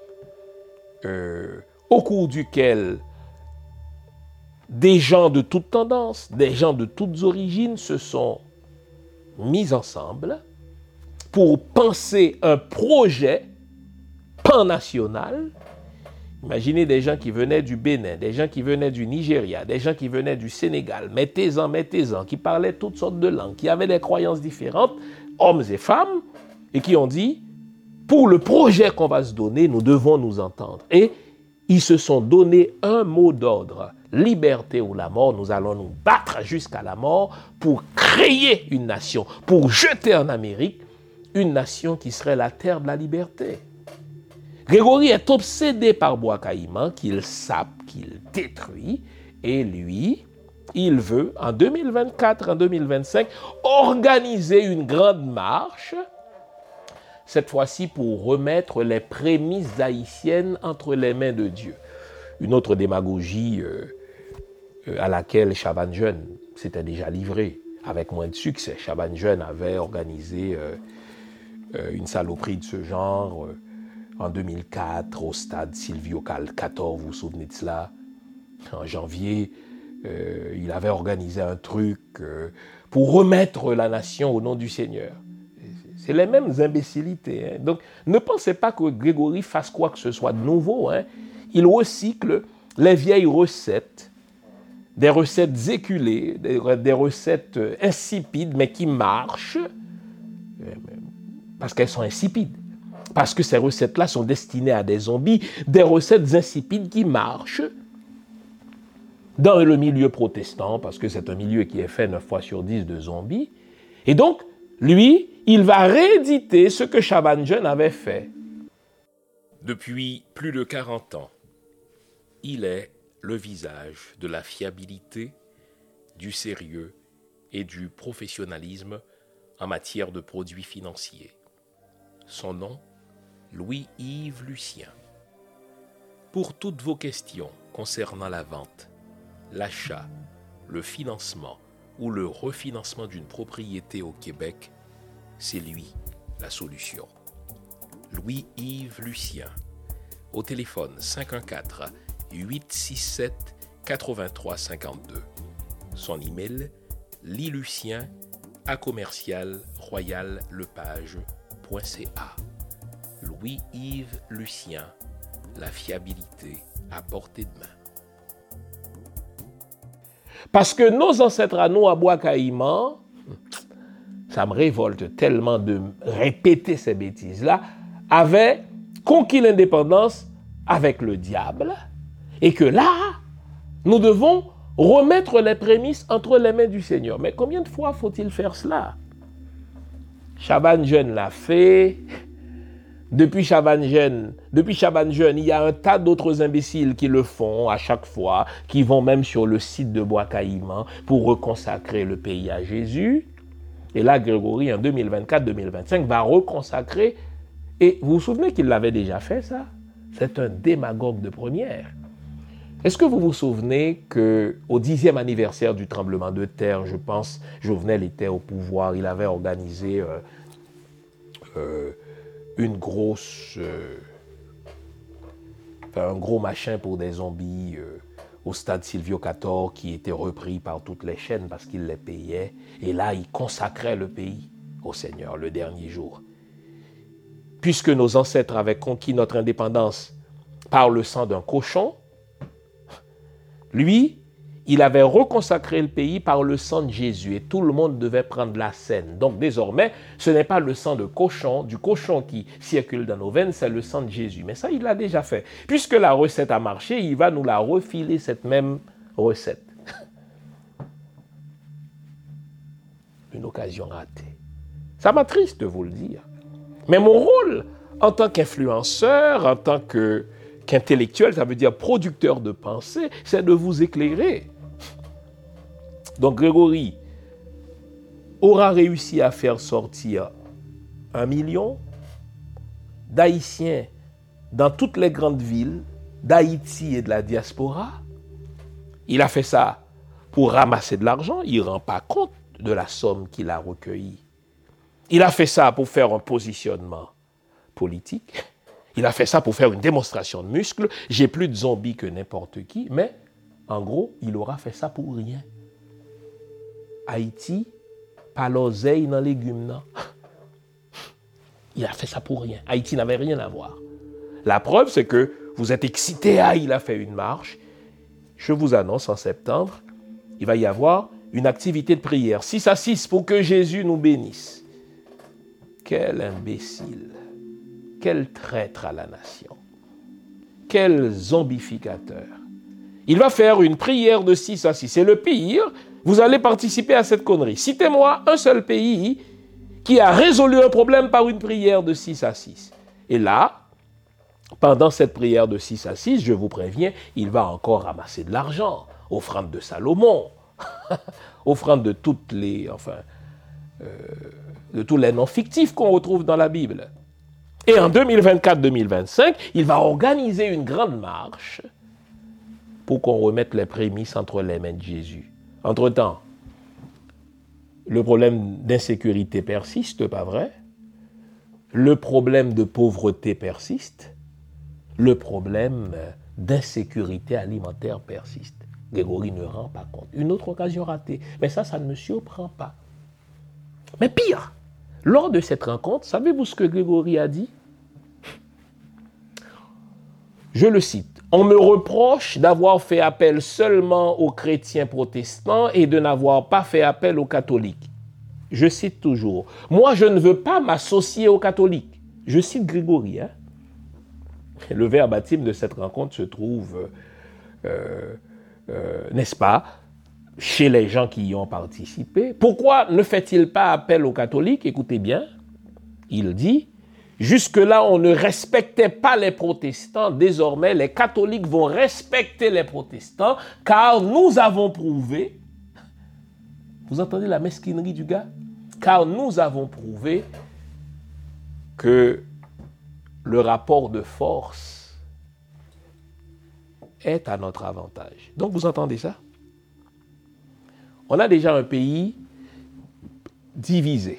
euh, au cours duquel des gens de toutes tendances, des gens de toutes origines se sont mis ensemble pour penser un projet pan-national. Imaginez des gens qui venaient du Bénin, des gens qui venaient du Nigeria, des gens qui venaient du Sénégal, mettez-en, mettez-en, qui parlaient toutes sortes de langues, qui avaient des croyances différentes, hommes et femmes, et qui ont dit, pour le projet qu'on va se donner, nous devons nous entendre. Et ils se sont donné un mot d'ordre, liberté ou la mort, nous allons nous battre jusqu'à la mort pour créer une nation, pour jeter en Amérique une nation qui serait la terre de la liberté. Grégory est obsédé par Bois Caïman, qu'il sape, qu'il détruit, et lui, il veut, en deux mille vingt-quatre, en deux mille vingt-cinq, organiser une grande marche, cette fois-ci pour remettre les prémices haïtiennes entre les mains de Dieu. Une autre démagogie euh, à laquelle Chaban Jeune s'était déjà livré, avec moins de succès. Chaban Jeune avait organisé euh, euh, une saloperie de ce genre, euh, en deux mille quatre, au stade Silvio Calcator, vous vous souvenez de cela? En janvier, euh, il avait organisé un truc euh, pour remettre la nation au nom du Seigneur. C'est les mêmes imbécilités. Hein. Donc, ne pensez pas que Grégory fasse quoi que ce soit de nouveau. Hein. Il recycle les vieilles recettes, des recettes éculées, des, des recettes insipides, mais qui marchent, parce qu'elles sont insipides. Parce que ces recettes-là sont destinées à des zombies, des recettes insipides qui marchent dans le milieu protestant, parce que c'est un milieu qui est fait neuf fois sur dix de zombies. Et donc, lui, il va rééditer ce que Chaban Jeune avait fait. Depuis plus de quarante ans, il est le visage de la fiabilité, du sérieux et du professionnalisme en matière de produits financiers. Son nom, Louis-Yves Lucien. Pour toutes vos questions concernant la vente, l'achat, le financement ou le refinancement d'une propriété au Québec, c'est lui la solution. Louis-Yves Lucien, au téléphone cinq un quatre, huit six sept, huit trois cinq deux. Son email, lilucien à commercial royal lepage point c a. Louis-Yves Lucien, la fiabilité à portée de main. Parce que nos ancêtres à nous, à Bois Caïman, ça me révolte tellement de répéter ces bêtises-là, avaient conquis l'indépendance avec le diable, et que là, nous devons remettre les prémices entre les mains du Seigneur. Mais combien de fois faut-il faire cela? Chaban Jeune l'a fait. Depuis Chaban Jeune, depuis Chaban Jeune, il y a un tas d'autres imbéciles qui le font à chaque fois, qui vont même sur le site de Bois Caïman pour reconsacrer le pays à Jésus. Et là, Grégory, en deux mille vingt-quatre deux mille vingt-cinq, va reconsacrer. Et vous vous souvenez qu'il l'avait déjà fait, ça? C'est un démagogue de première. Est-ce que vous vous souvenez qu'au dixième anniversaire du tremblement de terre, je pense, Jovenel était au pouvoir, il avait organisé euh, euh, une grosse, euh, enfin, un gros machin pour des zombies euh, au stade Silvio Calcator qui était repris par toutes les chaînes parce qu'il les payait. Et là, il consacrait le pays au Seigneur le dernier jour. Puisque nos ancêtres avaient conquis notre indépendance par le sang d'un cochon, lui, il avait reconsacré le pays par le sang de Jésus et tout le monde devait prendre la scène. Donc désormais, ce n'est pas le sang de cochon, du cochon qui circule dans nos veines, c'est le sang de Jésus. Mais ça, il l'a déjà fait. Puisque la recette a marché, il va nous la refiler, cette même recette. Une occasion ratée. Ça m'attriste de vous le dire. Mais mon rôle en tant qu'influenceur, en tant que qu'intellectuel, ça veut dire producteur de pensée, c'est de vous éclairer. Donc Grégory aura réussi à faire sortir un million d'Haïtiens dans toutes les grandes villes d'Haïti et de la diaspora. Il a fait ça pour ramasser de l'argent, il ne rend pas compte de la somme qu'il a recueillie. Il a fait ça pour faire un positionnement politique. Il a fait ça pour faire une démonstration de muscles. J'ai plus de zombies que n'importe qui, mais en gros, il aura fait ça pour rien. Haïti, pas l'oseille dans les légumes, non. Il a fait ça pour rien. Haïti n'avait rien à voir. La preuve, c'est que vous êtes excités. Ah, il a fait une marche. Je vous annonce, en septembre, il va y avoir une activité de prière. six à six pour que Jésus nous bénisse. Quel imbécile. Quel traître à la nation. Quel zombificateur. Il va faire une prière de six à six. C'est le pire. Vous allez participer à cette connerie. Citez-moi un seul pays qui a résolu un problème par une prière de six à six. Et là, pendant cette prière de six à six, je vous préviens, il va encore ramasser de l'argent. Offrande de Salomon. Offrande de toutes les, enfin, euh, de tous les noms fictifs qu'on retrouve dans la Bible. Et en deux mille vingt-quatre deux mille vingt-cinq, il va organiser une grande marche pour qu'on remette les prémices entre les mains de Jésus. Entre-temps, le problème d'insécurité persiste, pas vrai? Le problème de pauvreté persiste. Le problème d'insécurité alimentaire persiste. Grégory ne rend pas compte. Une autre occasion ratée. Mais ça, ça ne me surprend pas. Mais pire, lors de cette rencontre, savez-vous ce que Grégory a dit? Je le cite. On me reproche d'avoir fait appel seulement aux chrétiens protestants et de n'avoir pas fait appel aux catholiques. Je cite toujours. Moi, je ne veux pas m'associer aux catholiques. Je cite Grégory. Hein? Le verbatim de cette rencontre se trouve, euh, euh, n'est-ce pas, chez les gens qui y ont participé. Pourquoi ne fait-il pas appel aux catholiques? Écoutez bien, il dit, jusque-là, on ne respectait pas les protestants. Désormais, les catholiques vont respecter les protestants, car nous avons prouvé, vous entendez la mesquinerie du gars? Car nous avons prouvé que le rapport de force est à notre avantage. Donc, vous entendez ça? On a déjà un pays divisé.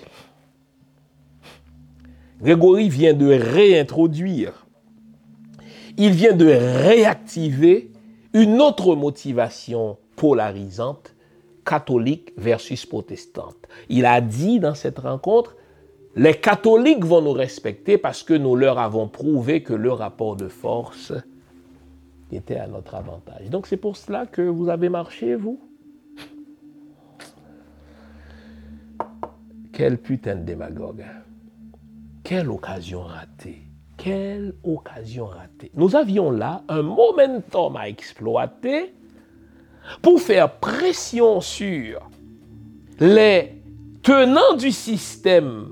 Grégory vient de réintroduire, il vient de réactiver une autre motivation polarisante, catholique versus protestante. Il a dit dans cette rencontre, les catholiques vont nous respecter parce que nous leur avons prouvé que le rapport de force était à notre avantage. Donc c'est pour cela que vous avez marché, vous? Quel putain de démagogue. Quelle occasion ratée. Quelle occasion ratée. Nous avions là un momentum à exploiter pour faire pression sur les tenants du système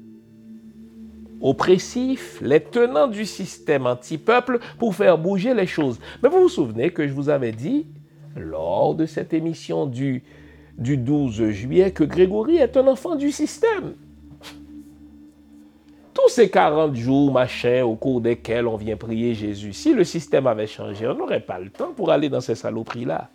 oppressif, les tenants du système anti-peuple pour faire bouger les choses. Mais vous vous souvenez que je vous avais dit, lors de cette émission du, du douze juillet, que Grégory est un enfant du système. Tous ces quarante jours, machin, au cours desquels on vient prier Jésus, si le système avait changé, on n'aurait pas le temps pour aller dans ces saloperies-là.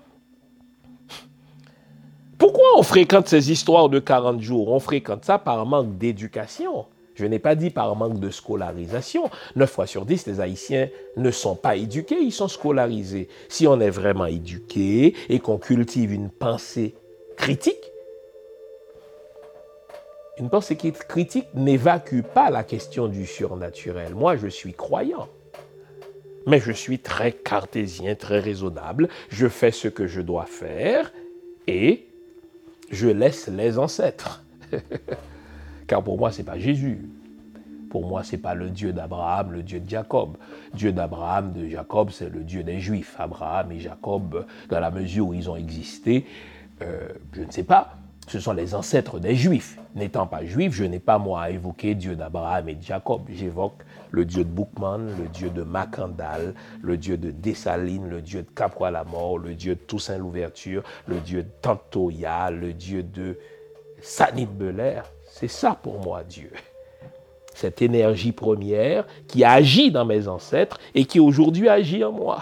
Pourquoi on fréquente ces histoires de quarante jours? On fréquente ça par manque d'éducation. Je n'ai pas dit par manque de scolarisation. neuf fois sur dix, les Haïtiens ne sont pas éduqués, ils sont scolarisés. Si on est vraiment éduqué et qu'on cultive une pensée critique, une pensée critique n'évacue pas la question du surnaturel. Moi, je suis croyant. Mais je suis très cartésien, très raisonnable. Je fais ce que je dois faire et je laisse les ancêtres. Car pour moi, ce n'est pas Jésus. Pour moi, ce n'est pas le Dieu d'Abraham, le Dieu de Jacob. Dieu d'Abraham, de Jacob, c'est le Dieu des Juifs. Abraham et Jacob, dans la mesure où ils ont existé, euh, je ne sais pas. Ce sont les ancêtres des Juifs. N'étant pas juif, je n'ai pas moi à évoquer Dieu d'Abraham et de Jacob. J'évoque le Dieu de Boukman, le Dieu de Macandal, le Dieu de Dessalines, le Dieu de Capois-la-Mort, le Dieu de Toussaint Louverture, le Dieu de Tantoya, le Dieu de Sanit Belair. C'est ça pour moi Dieu. Cette énergie première qui a agi dans mes ancêtres et qui aujourd'hui agit en moi.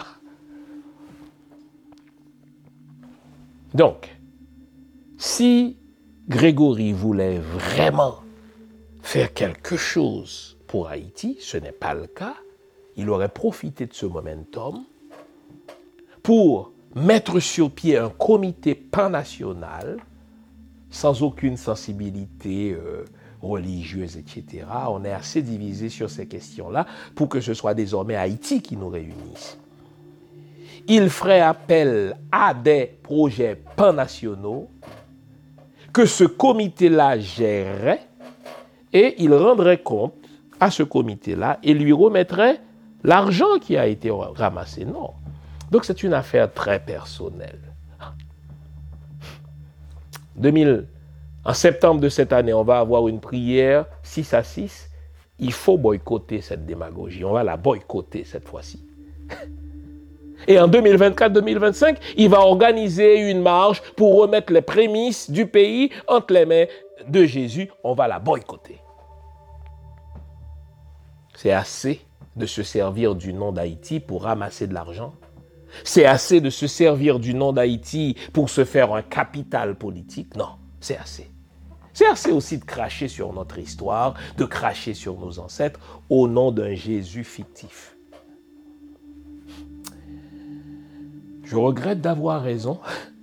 Donc, si Grégory voulait vraiment faire quelque chose pour Haïti, ce n'est pas le cas, il aurait profité de ce momentum pour mettre sur pied un comité pan-national sans aucune sensibilité euh, religieuse, et cetera. On est assez divisé sur ces questions-là pour que ce soit désormais Haïti qui nous réunisse. Il ferait appel à des projets pan-nationaux que ce comité-là gérerait et il rendrait compte à ce comité-là et lui remettrait l'argent qui a été ramassé. Non. Donc c'est une affaire très personnelle. deux mille, en septembre de cette année, on va avoir une prière six à six. Il faut boycotter cette démagogie. On va la boycotter cette fois-ci. Et en deux mille vingt-quatre deux mille vingt-cinq, il va organiser une marche pour remettre les prémices du pays entre les mains de Jésus. On va la boycotter. C'est assez de se servir du nom d'Haïti pour ramasser de l'argent. C'est assez de se servir du nom d'Haïti pour se faire un capital politique. Non, c'est assez. C'est assez aussi de cracher sur notre histoire, de cracher sur nos ancêtres au nom d'un Jésus fictif. Je regrette d'avoir raison,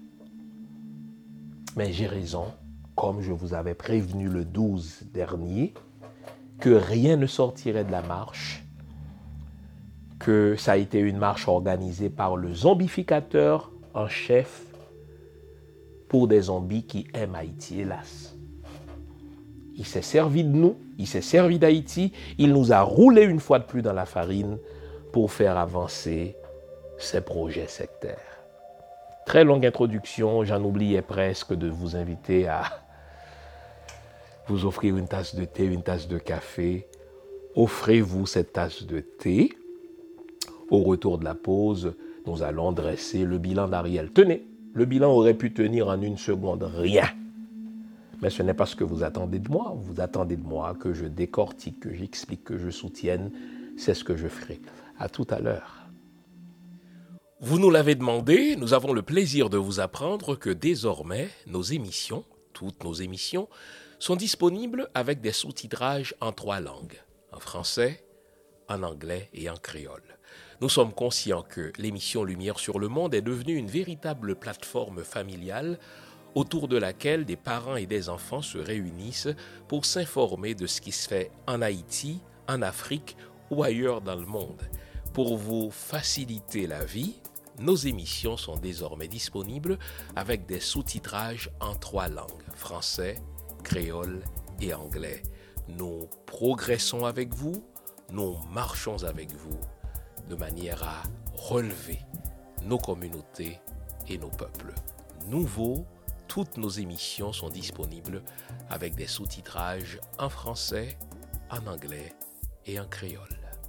mais j'ai raison, comme je vous avais prévenu le douze dernier, que rien ne sortirait de la marche, que ça a été une marche organisée par le zombificateur en chef pour des zombies qui aiment Haïti, hélas. Il s'est servi de nous, il s'est servi d'Haïti, il nous a roulé une fois de plus dans la farine pour faire avancer ces projets sectaires. Très longue introduction, j'en oubliais presque de vous inviter à vous offrir une tasse de thé, une tasse de café. Offrez-vous cette tasse de thé. Au retour de la pause, nous allons dresser le bilan d'Ariel. Tenez, le bilan aurait pu tenir en une seconde, rien. Mais ce n'est pas ce que vous attendez de moi. Vous attendez de moi que je décortique, que j'explique, que je soutienne. C'est ce que je ferai. À tout à l'heure. Vous nous l'avez demandé, nous avons le plaisir de vous apprendre que désormais, nos émissions, toutes nos émissions, sont disponibles avec des sous-titrages en trois langues, en français, en anglais et en créole. Nous sommes conscients que l'émission Lumière sur le Monde est devenue une véritable plateforme familiale autour de laquelle des parents et des enfants se réunissent pour s'informer de ce qui se fait en Haïti, en Afrique ou ailleurs dans le monde. Pour vous faciliter la vie, nos émissions sont désormais disponibles avec des sous-titrages en trois langues, français, créole et anglais. Nous progressons avec vous, nous marchons avec vous, de manière à relever nos communautés et nos peuples. Nouveau, toutes nos émissions sont disponibles avec des sous-titrages en français, en anglais et en créole.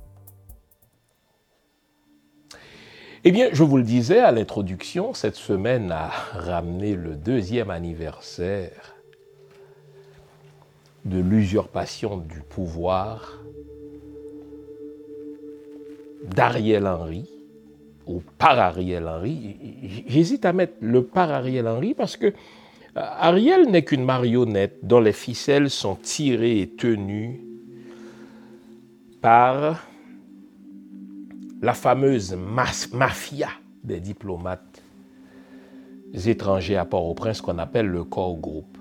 Eh bien, je vous le disais à l'introduction, cette semaine a ramené le deuxième anniversaire de l'usurpation du pouvoir d'Ariel Henry, ou par Ariel Henry. J'hésite à mettre le par Ariel Henry parce que Ariel n'est qu'une marionnette dont les ficelles sont tirées et tenues par la fameuse mafia des diplomates étrangers à Port-au-Prince qu'on appelle le corps groupe.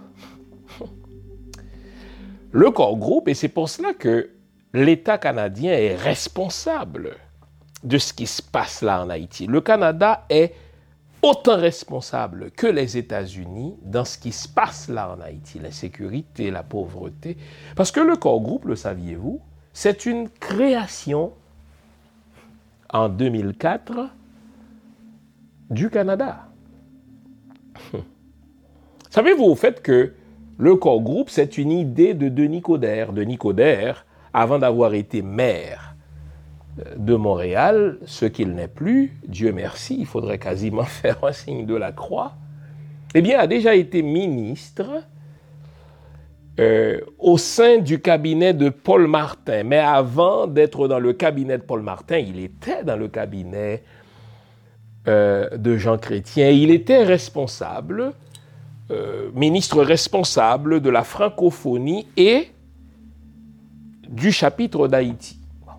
Le corps groupe, et c'est pour cela que l'État canadien est responsable de ce qui se passe là en Haïti. Le Canada est autant responsable que les États-Unis dans ce qui se passe là en Haïti, l'insécurité, la pauvreté. Parce que le corps groupe, le saviez-vous, c'est une création en deux mille quatre du Canada. Savez-vous au fait que le corps groupe, c'est une idée de Denis Coderre. Denis Coderre, avant d'avoir été maire de Montréal, ce qu'il n'est plus, Dieu merci, il faudrait quasiment faire un signe de la croix, eh bien, a déjà été ministre euh, au sein du cabinet de Paul Martin. Mais avant d'être dans le cabinet de Paul Martin, il était dans le cabinet euh, de Jean Chrétien. Il était responsable Euh, ministre responsable de la francophonie et du chapitre d'Haïti.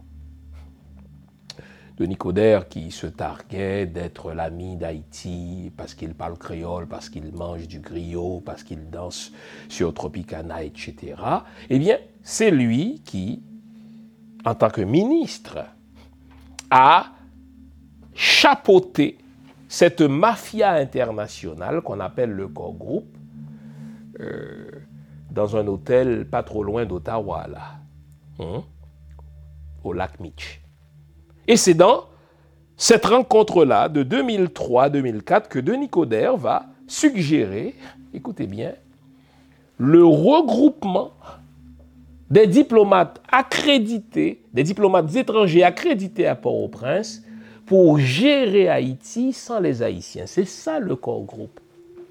Denis Coderre qui se targuait d'être l'ami d'Haïti parce qu'il parle créole, parce qu'il mange du griot, parce qu'il danse sur Tropicana, et cetera. Eh bien, c'est lui qui, en tant que ministre, a chapeauté cette mafia internationale qu'on appelle le corps groupe euh, dans un hôtel pas trop loin d'Ottawa, là, hein, au lac Meech. Et c'est dans cette rencontre-là de deux mille trois deux mille quatre que Denis Coderre va suggérer, écoutez bien, le regroupement des diplomates accrédités, des diplomates étrangers accrédités à Port-au-Prince pour gérer Haïti sans les Haïtiens. C'est ça le corps groupe.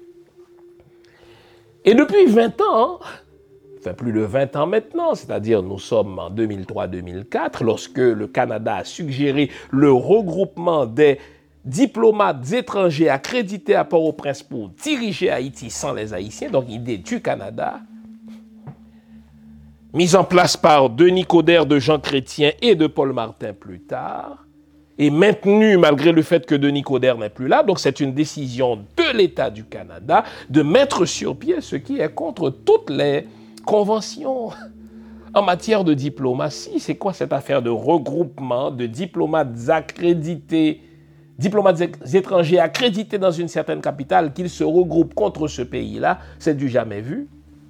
Et depuis vingt ans, enfin plus de vingt ans maintenant, c'est-à-dire nous sommes en deux mille trois deux mille quatre, lorsque le Canada a suggéré le regroupement des diplomates étrangers accrédités à Port-au-Prince pour diriger Haïti sans les Haïtiens, donc idée du Canada, mise en place par Denis Coderre de Jean Chrétien et de Paul Martin plus tard, et maintenu malgré le fait que Denis Coderre n'est plus là. Donc c'est une décision de l'État du Canada de mettre sur pied ce qui est contre toutes les conventions en matière de diplomatie. C'est quoi cette affaire de regroupement de diplomates accrédités, diplomates étrangers accrédités dans une certaine capitale, qu'ils se regroupent contre ce pays-là? C'est du jamais vu.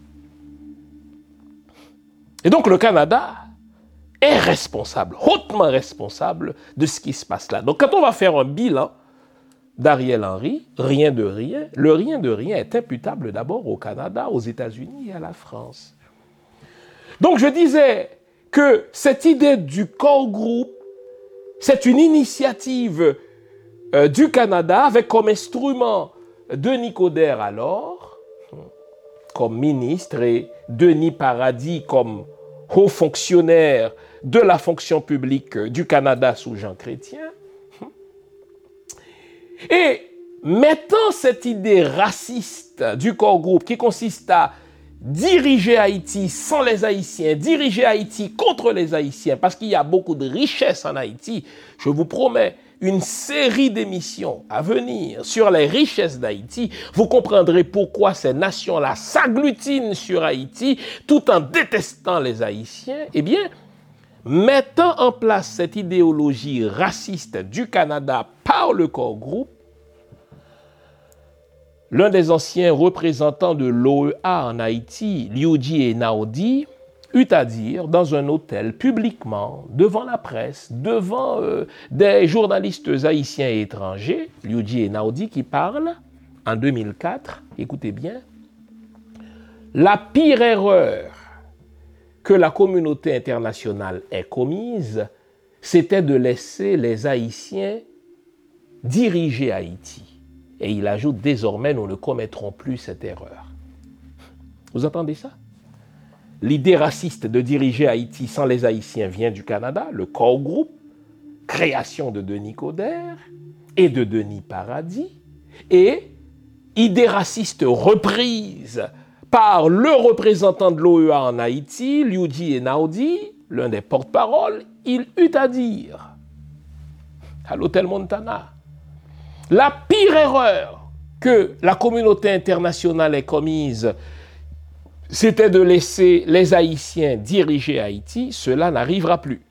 Et donc le Canada est responsable, hautement responsable de ce qui se passe là. Donc quand on va faire un bilan d'Ariel Henry, rien de rien, le rien de rien est imputable d'abord au Canada, aux États-Unis et à la France. Donc je disais que cette idée du corps groupe, c'est une initiative euh, du Canada avec comme instrument Denis Coderre alors, comme ministre, et Denis Paradis comme haut fonctionnaire de la fonction publique du Canada sous Jean Chrétien. Et mettant cette idée raciste du corps groupe qui consiste à diriger Haïti sans les Haïtiens, diriger Haïti contre les Haïtiens, parce qu'il y a beaucoup de richesses en Haïti, je vous promets une série d'émissions à venir sur les richesses d'Haïti, vous comprendrez pourquoi ces nations-là s'agglutinent sur Haïti tout en détestant les Haïtiens. Eh bien, mettant en place cette idéologie raciste du Canada par le corps groupe, l'un des anciens représentants de l'O E A en Haïti, Liu-Di Einaudi, eut à dire dans un hôtel publiquement, devant la presse, devant euh, des journalistes haïtiens et étrangers, Liu-Di Einaudi qui parle en deux mille quatre, écoutez bien, la pire erreur que la communauté internationale ait commise, c'était de laisser les Haïtiens diriger Haïti. Et il ajoute, désormais, nous ne commettrons plus cette erreur. Vous entendez ça? L'idée raciste de diriger Haïti sans les Haïtiens vient du Canada, le corps groupe, création de Denis Coderre et de Denis Paradis, et idée raciste reprise par le représentant de l'O E A en Haïti, Liu-Di Einaudi, l'un des porte-paroles, il eut à dire à l'hôtel Montana, la pire erreur que la communauté internationale ait commise, c'était de laisser les Haïtiens diriger Haïti, cela n'arrivera plus.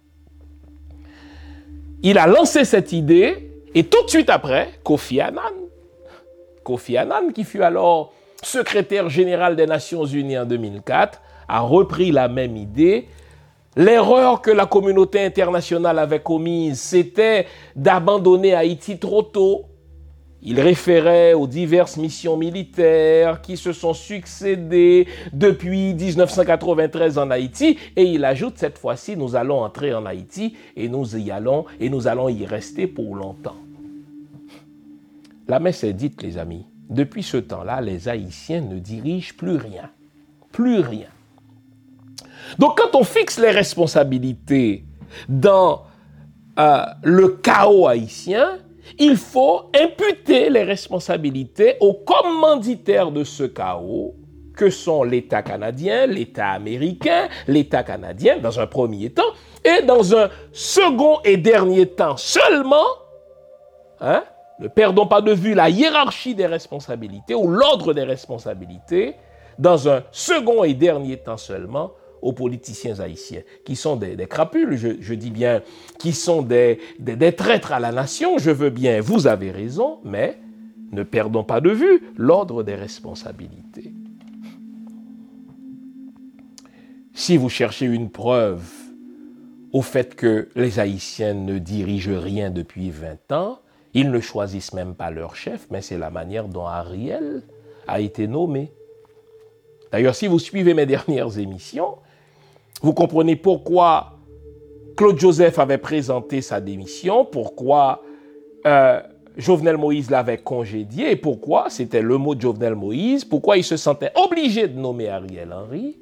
Il a lancé cette idée, et tout de suite après, Kofi Annan, Kofi Annan, qui fut alors secrétaire général des Nations Unies en deux mille quatre, a repris la même idée. L'erreur que la communauté internationale avait commise, c'était d'abandonner Haïti trop tôt. Il référait aux diverses missions militaires qui se sont succédées depuis dix-neuf cent quatre-vingt-treize en Haïti et il ajoute cette fois-ci nous allons entrer en Haïti et nous y allons et nous allons y rester pour longtemps. La messe est dite, les amis. Depuis ce temps-là, les Haïtiens ne dirigent plus rien. Plus rien. Donc quand on fixe les responsabilités dans euh, le chaos haïtien, il faut imputer les responsabilités aux commanditaires de ce chaos, que sont l'État canadien, l'État américain, l'État canadien dans un premier temps, et dans un second et dernier temps seulement, hein, ne perdons pas de vue la hiérarchie des responsabilités ou l'ordre des responsabilités, dans un second et dernier temps seulement, aux politiciens haïtiens, qui sont des, des crapules, je, je dis bien, qui sont des, des, des traîtres à la nation, je veux bien, vous avez raison, mais ne perdons pas de vue l'ordre des responsabilités. Si vous cherchez une preuve au fait que les Haïtiens ne dirigent rien depuis vingt ans, ils ne choisissent même pas leur chef, mais c'est la manière dont Ariel a été nommé. D'ailleurs, si vous suivez mes dernières émissions, vous comprenez pourquoi Claude Joseph avait présenté sa démission, pourquoi euh, Jovenel Moïse l'avait congédié et pourquoi, c'était le mot de Jovenel Moïse, pourquoi il se sentait obligé de nommer Ariel Henry.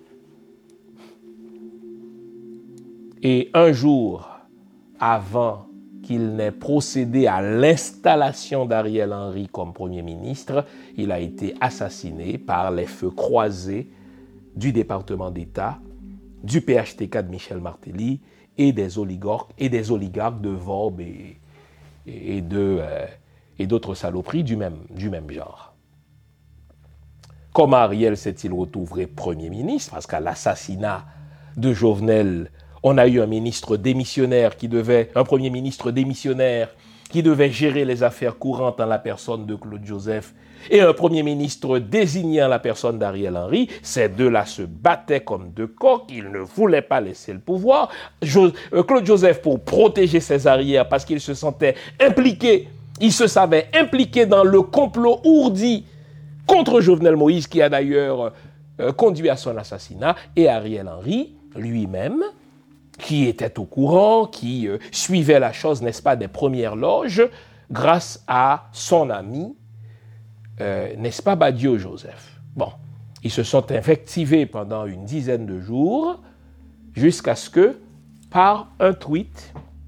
Et un jour avant qu'il n'ait procédé à l'installation d'Ariel Henry comme Premier ministre, il a été assassiné par les feux croisés du département d'État, du P H T K de Michel Martelly et des oligarques, et des oligarques de Vorbe et, et, de, euh, et d'autres saloperies du même, du même genre. Comment Ariel s'est-il retrouvé Premier ministre? Parce qu'à l'assassinat de Jovenel, on a eu un ministre démissionnaire qui devait, un Premier ministre démissionnaire qui devait gérer les affaires courantes en la personne de Claude Joseph et un Premier ministre désigné en la personne d'Ariel Henry. Ces deux-là se battaient comme deux coqs, ils ne voulaient pas laisser le pouvoir. Jo- euh, Claude Joseph, pour protéger ses arrières, parce qu'il se sentait impliqué, il se savait impliqué dans le complot ourdi contre Jovenel Moïse, qui a d'ailleurs euh, conduit à son assassinat, et Ariel Henry lui-même, qui était au courant, qui euh, suivait la chose, n'est-ce pas, des premières loges, grâce à son ami, euh, n'est-ce pas, Badiou Joseph. Bon, ils se sont invectivés pendant une dizaine de jours, jusqu'à ce que, par un tweet,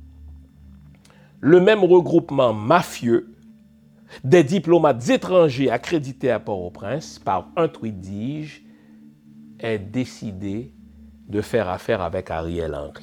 le même regroupement mafieux des diplomates étrangers accrédités à Port-au-Prince, par un tweet, dis-je, ait décidé de faire affaire avec Ariel Henry.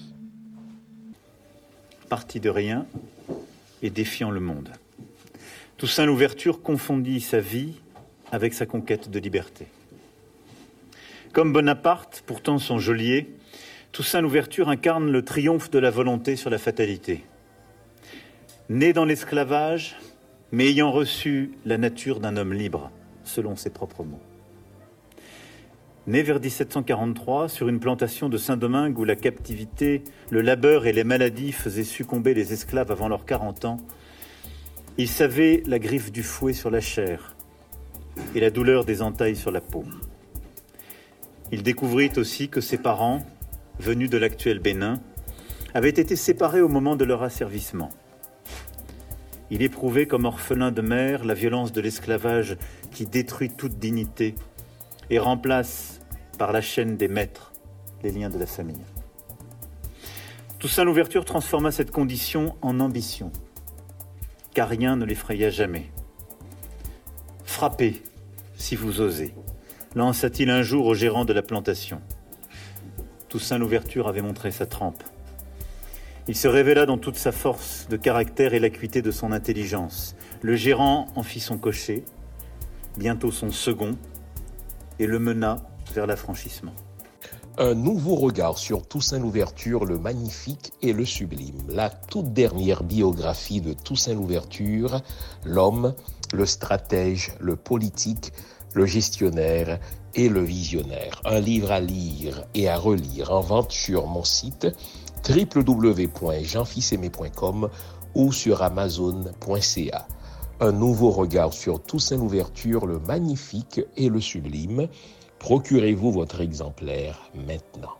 Parti de rien et défiant le monde. Toussaint Louverture confondit sa vie avec sa conquête de liberté. Comme Bonaparte, pourtant son geôlier, Toussaint Louverture incarne le triomphe de la volonté sur la fatalité. Né dans l'esclavage, mais ayant reçu la nature d'un homme libre, selon ses propres mots. Né vers dix-sept cent quarante-trois, sur une plantation de Saint-Domingue où la captivité, le labeur et les maladies faisaient succomber les esclaves avant leurs quarante ans, il savait la griffe du fouet sur la chair et la douleur des entailles sur la peau. Il découvrit aussi que ses parents, venus de l'actuel Bénin, avaient été séparés au moment de leur asservissement. Il éprouvait comme orphelin de mère la violence de l'esclavage qui détruit toute dignité et remplace par la chaîne des maîtres les liens de la famille. Toussaint Louverture transforma cette condition en ambition, car rien ne l'effraya jamais. « Frappez, si vous osez », lança-t-il un jour au gérant de la plantation. Toussaint Louverture avait montré sa trempe. Il se révéla dans toute sa force de caractère et l'acuité de son intelligence. Le gérant en fit son cocher, bientôt son second, et le mena vers l'affranchissement. Un nouveau regard sur Toussaint Louverture, le magnifique et le sublime. La toute dernière biographie de Toussaint Louverture, l'homme, le stratège, le politique, le gestionnaire et le visionnaire. Un livre à lire et à relire en vente sur mon site w w w point jean fils aimé point com ou sur amazon point c a. un nouveau regard sur Toussaint Louverture, le magnifique et le sublime. Procurez-vous votre exemplaire maintenant.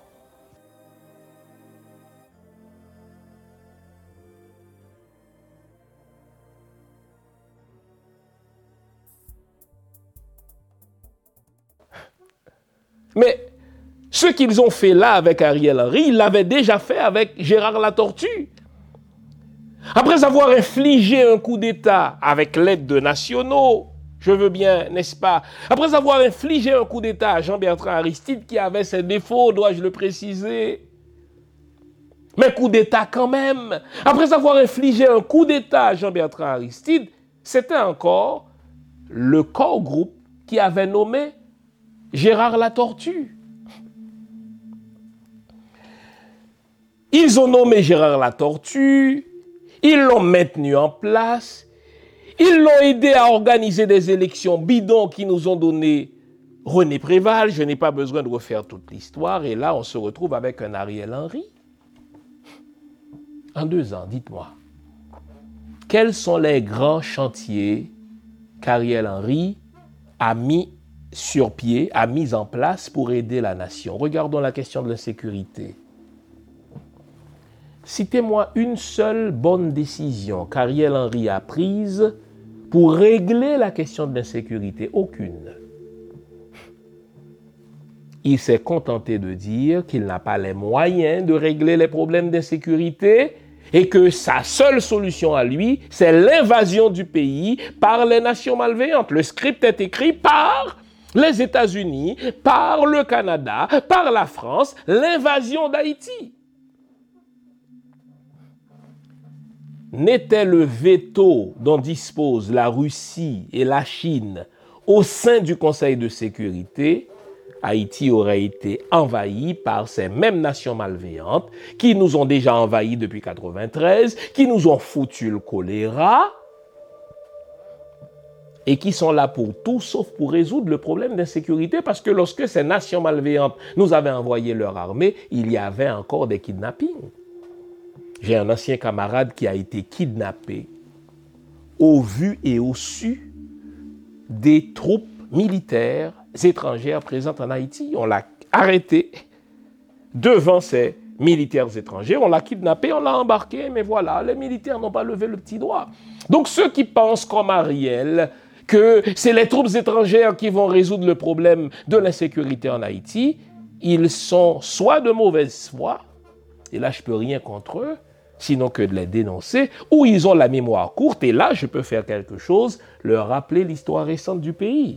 Mais ce qu'ils ont fait là avec Ariel Henry, ils l'avaient déjà fait avec Gérard Latortue. Après avoir infligé un coup d'État avec l'aide de nationaux, je veux bien, n'est-ce pas? Après avoir infligé un coup d'État à Jean-Bertrand Aristide, qui avait ses défauts, dois-je le préciser. Mais coup d'État quand même. Après avoir infligé un coup d'État à Jean-Bertrand Aristide, c'était encore le corps groupe qui avait nommé Gérard Latortue. Ils ont nommé Gérard Latortue, ils l'ont maintenu en place, ils l'ont aidé à organiser des élections bidons qui nous ont donné René Préval. Je n'ai pas besoin de refaire toute l'histoire. Et là, on se retrouve avec un Ariel Henry. En deux ans, dites-moi, quels sont les grands chantiers qu'Ariel Henry a mis sur pied, a mis en place pour aider la nation? Regardons la question de l'insécurité. Citez-moi une seule bonne décision qu'Ariel Henry a prise pour régler la question de l'insécurité. Aucune. Il s'est contenté de dire qu'il n'a pas les moyens de régler les problèmes d'insécurité et que sa seule solution à lui, c'est l'invasion du pays par les nations malveillantes. Le script est écrit par les États-Unis, par le Canada, par la France, l'invasion d'Haïti. N'était le veto dont disposent la Russie et la Chine au sein du Conseil de sécurité, Haïti aurait été envahi par ces mêmes nations malveillantes qui nous ont déjà envahis depuis mille neuf cent quatre-vingt-treize, qui nous ont foutu le choléra et qui sont là pour tout sauf pour résoudre le problème d'insécurité, parce que lorsque ces nations malveillantes nous avaient envoyé leur armée, il y avait encore des kidnappings. J'ai un ancien camarade qui a été kidnappé au vu et au su des troupes militaires étrangères présentes en Haïti. On l'a arrêté devant ces militaires étrangers, on l'a kidnappé, on l'a embarqué, mais voilà, les militaires n'ont pas levé le petit doigt. Donc ceux qui pensent comme Ariel que c'est les troupes étrangères qui vont résoudre le problème de l'insécurité en Haïti, ils sont soit de mauvaise foi, et là je ne peux rien contre eux, sinon que de les dénoncer, ou ils ont la mémoire courte, et là je peux faire quelque chose, leur rappeler l'histoire récente du pays.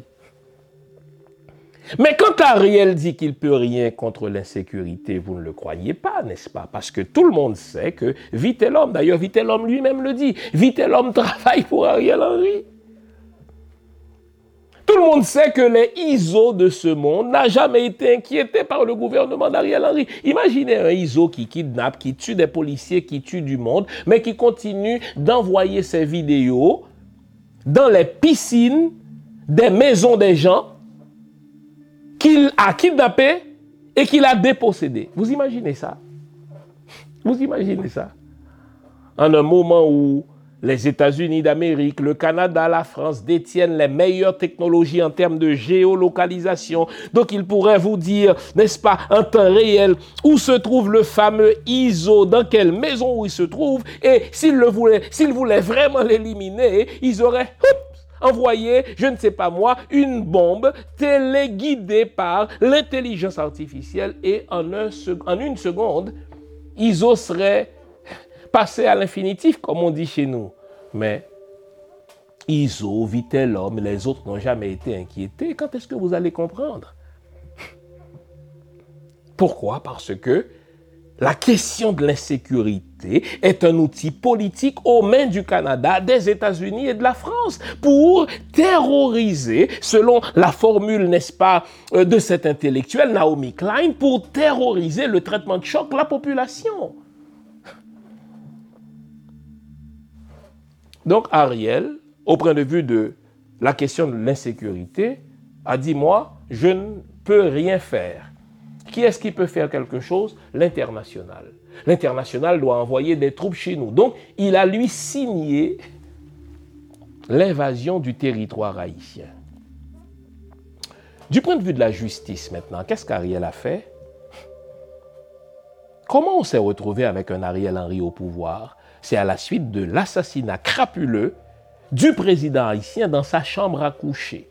Mais quand Ariel dit qu'il ne peut rien contre l'insécurité, vous ne le croyez pas, n'est-ce pas? Parce que tout le monde sait que Vitellum, d'ailleurs Vitellum lui-même le dit, Vitellum travaille pour Ariel Henry. Tout le monde sait que les I S O de ce monde n'ont jamais été inquiétés par le gouvernement d'Ariel Henry. Imaginez un I S O qui kidnappe, qui tue des policiers, qui tue du monde, mais qui continue d'envoyer ses vidéos dans les piscines des maisons des gens qu'il a kidnappés et qu'il a dépossédés. Vous imaginez ça? Vous imaginez ça? En un moment où les États-Unis d'Amérique, le Canada, la France détiennent les meilleures technologies en termes de géolocalisation. Donc, ils pourraient vous dire, n'est-ce pas, en temps réel, où se trouve le fameux I S O, dans quelle maison où il se trouve. Et s'ils le voulaient, s'ils voulaient vraiment l'éliminer, ils auraient hop, envoyé, je ne sais pas moi, une bombe téléguidée par l'intelligence artificielle. Et en, un, en une seconde, I S O serait passé à l'infinitif, comme on dit chez nous. Mais I S O, Vitellum, les autres n'ont jamais été inquiétés. Quand est-ce que vous allez comprendre? Pourquoi? Parce que la question de l'insécurité est un outil politique aux mains du Canada, des États-Unis et de la France pour terroriser, selon la formule, n'est-ce pas, de cet intellectuel, Naomi Klein, pour terroriser le traitement de choc de la population. Donc Ariel, au point de vue de la question de l'insécurité, a dit, moi, je ne peux rien faire. Qui est-ce qui peut faire quelque chose? L'international. L'international doit envoyer des troupes chez nous. Donc, il a lui signé l'invasion du territoire haïtien. Du point de vue de la justice maintenant, qu'est-ce qu'Ariel a fait? Comment on s'est retrouvé avec un Ariel Henry au pouvoir? C'est à la suite de l'assassinat crapuleux du président haïtien dans sa chambre à coucher.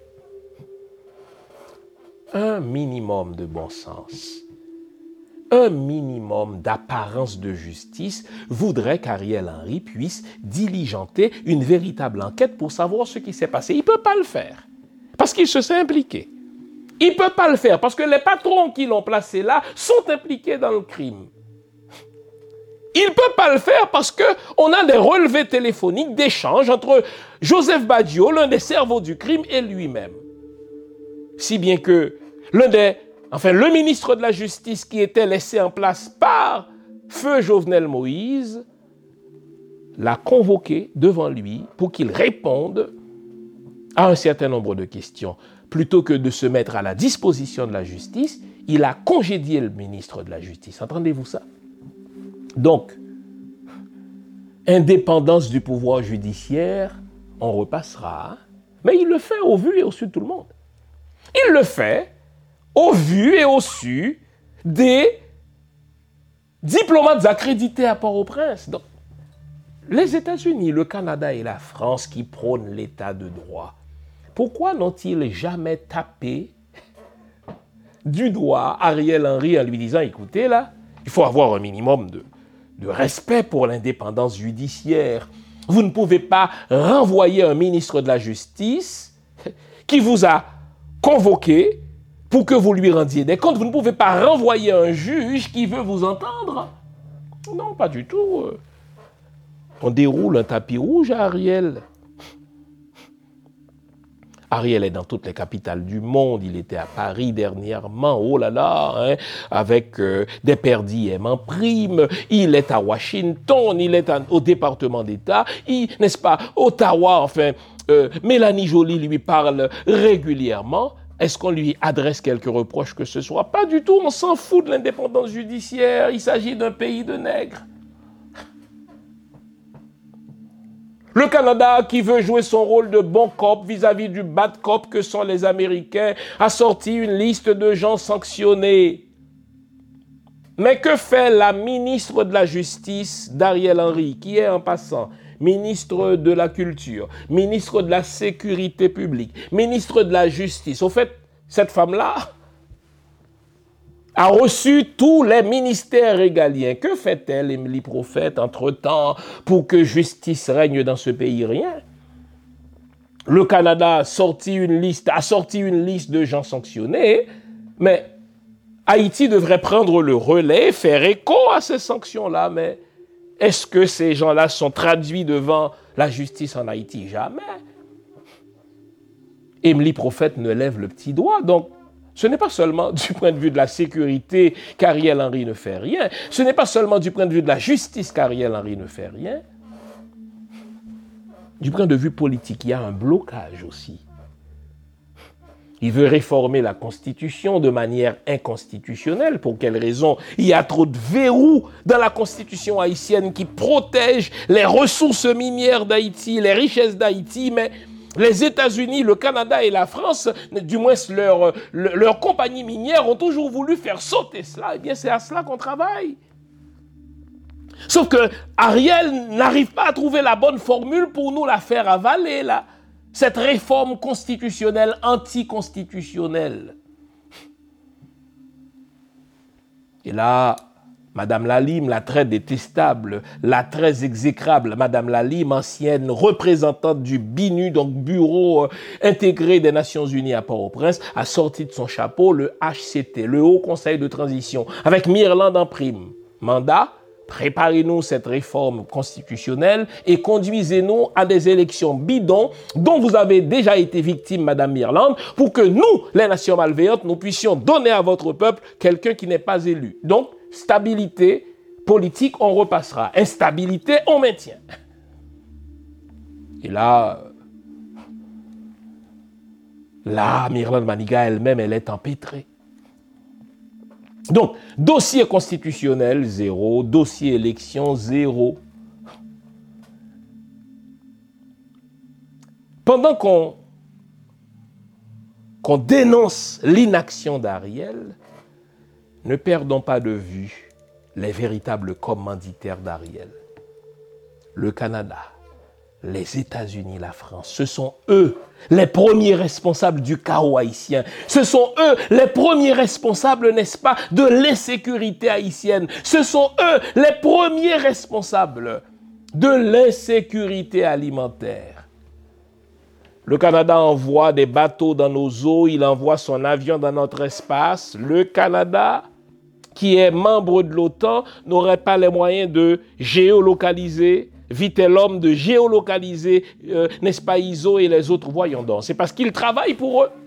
Un minimum de bon sens, un minimum d'apparence de justice voudrait qu'Ariel Henry puisse diligenter une véritable enquête pour savoir ce qui s'est passé. Il ne peut pas le faire parce qu'il se sent impliqué. Il ne peut pas le faire parce que les patrons qui l'ont placé là sont impliqués dans le crime. Il ne peut pas le faire parce qu'on a des relevés téléphoniques d'échanges entre Joseph Badio, l'un des cerveaux du crime, et lui-même. Si bien que l'un des, enfin, le ministre de la Justice qui était laissé en place par feu Jovenel Moïse l'a convoqué devant lui pour qu'il réponde à un certain nombre de questions. Plutôt que de se mettre à la disposition de la justice, il a congédié le ministre de la Justice. Entendez-vous ça? Donc, indépendance du pouvoir judiciaire, on repassera. Hein? Mais il le fait au vu et au su de tout le monde. Il le fait au vu et au su des diplomates accrédités à Port-au-Prince. Donc, les États-Unis, le Canada et la France qui prônent l'état de droit, pourquoi n'ont-ils jamais tapé du doigt Ariel Henry en lui disant « Écoutez, là, il faut avoir un minimum de, de respect pour l'indépendance judiciaire. Vous ne pouvez pas renvoyer un ministre de la Justice qui vous a convoqué pour que vous lui rendiez des comptes. Vous ne pouvez pas renvoyer un juge qui veut vous entendre. Non, pas du tout. On déroule un tapis rouge à Ariel. Ariel est dans toutes les capitales du monde. Il était à Paris dernièrement, oh là là, hein, avec euh, des per diem en prime. Il est à Washington, il est à, au département d'État, il, n'est-ce pas, Ottawa, enfin, euh, Mélanie Joly lui parle régulièrement. Est-ce qu'on lui adresse quelques reproches que ce soit? Pas du tout, on s'en fout de l'indépendance judiciaire. Il s'agit d'un pays de nègres. Le Canada, qui veut jouer son rôle de bon cop vis-à-vis du bad cop que sont les Américains, a sorti une liste de gens sanctionnés. Mais que fait la ministre de la Justice d'Ariel Henry, qui est en passant ministre de la Culture, ministre de la Sécurité publique, ministre de la Justice? Au fait, cette femme-là a reçu tous les ministères régaliens. Que fait-elle, Émilie Prophète, entre-temps, pour que justice règne dans ce pays? Rien. Le Canada a sorti une liste, a sorti une liste de gens sanctionnés, mais Haïti devrait prendre le relais, faire écho à ces sanctions-là. Mais est-ce que ces gens-là sont traduits devant la justice en Haïti? Jamais. Émilie Prophète ne lève le petit doigt, donc ce n'est pas seulement du point de vue de la sécurité qu'Ariel Henry ne fait rien. Ce n'est pas seulement du point de vue de la justice qu'Ariel Henry ne fait rien. Du point de vue politique, il y a un blocage aussi. Il veut réformer la Constitution de manière inconstitutionnelle. Pour quelle raison? Il y a trop de verrous dans la Constitution haïtienne qui protègent les ressources minières d'Haïti, les richesses d'Haïti, mais les États-Unis, le Canada et la France, du moins leurs leur, leur compagnies minières, ont toujours voulu faire sauter cela. Eh bien, c'est à cela qu'on travaille. Sauf que Ariel n'arrive pas à trouver la bonne formule pour nous la faire avaler, là. Cette réforme constitutionnelle anticonstitutionnelle. Et là, Madame Lalime, la très détestable, la très exécrable Madame Lalime, ancienne représentante du B I N U, donc Bureau euh, intégré des Nations Unies à Port-au-Prince, a sorti de son chapeau le H C T, le Haut Conseil de Transition, avec Mirland en prime. Mandat: préparez-nous cette réforme constitutionnelle et conduisez-nous à des élections bidons dont vous avez déjà été victime, Madame Mirland, pour que nous, les nations malveillantes, nous puissions donner à votre peuple quelqu'un qui n'est pas élu. Donc, stabilité politique, on repassera. Instabilité, on maintient. Et là, là, Mirland Maniga elle-même, elle est empêtrée. Donc, dossier constitutionnel, zéro. Dossier élection, zéro. pendant qu'on qu'on dénonce l'inaction d'Ariel, ne perdons pas de vue les véritables commanditaires d'Ariel. Le Canada, les États-Unis, la France, ce sont eux les premiers responsables du chaos haïtien. Ce sont eux les premiers responsables, n'est-ce pas, de l'insécurité haïtienne. Ce sont eux les premiers responsables de l'insécurité alimentaire. Le Canada envoie des bateaux dans nos eaux, il envoie son avion dans notre espace. Le Canada, qui est membre de l'OTAN, n'aurait pas les moyens de géolocaliser, Vitellum, de géolocaliser, euh, n'est-ce pas, I S O et les autres, voyons donc. C'est parce qu'ils travaillent pour eux.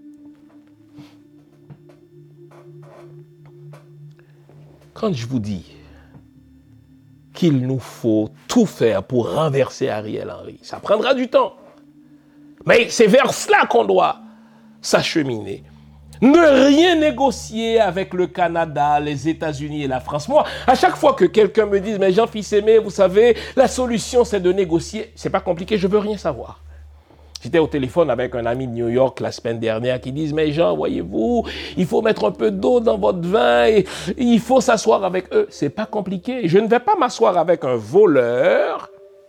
Quand je vous dis qu'il nous faut tout faire pour renverser Ariel Henry, ça prendra du temps. Mais c'est vers cela qu'on doit s'acheminer. Ne rien négocier avec le Canada, les États-Unis et la France. Moi, à chaque fois que quelqu'un me dit « Mais Jean-Fils Aimé, vous savez, la solution c'est de négocier. » C'est pas compliqué, je veux rien savoir. J'étais au téléphone avec un ami de New York la semaine dernière qui dit « Mais Jean, voyez-vous, il faut mettre un peu d'eau dans votre vin et il faut s'asseoir avec eux. » C'est pas compliqué. Je ne vais pas m'asseoir avec un voleur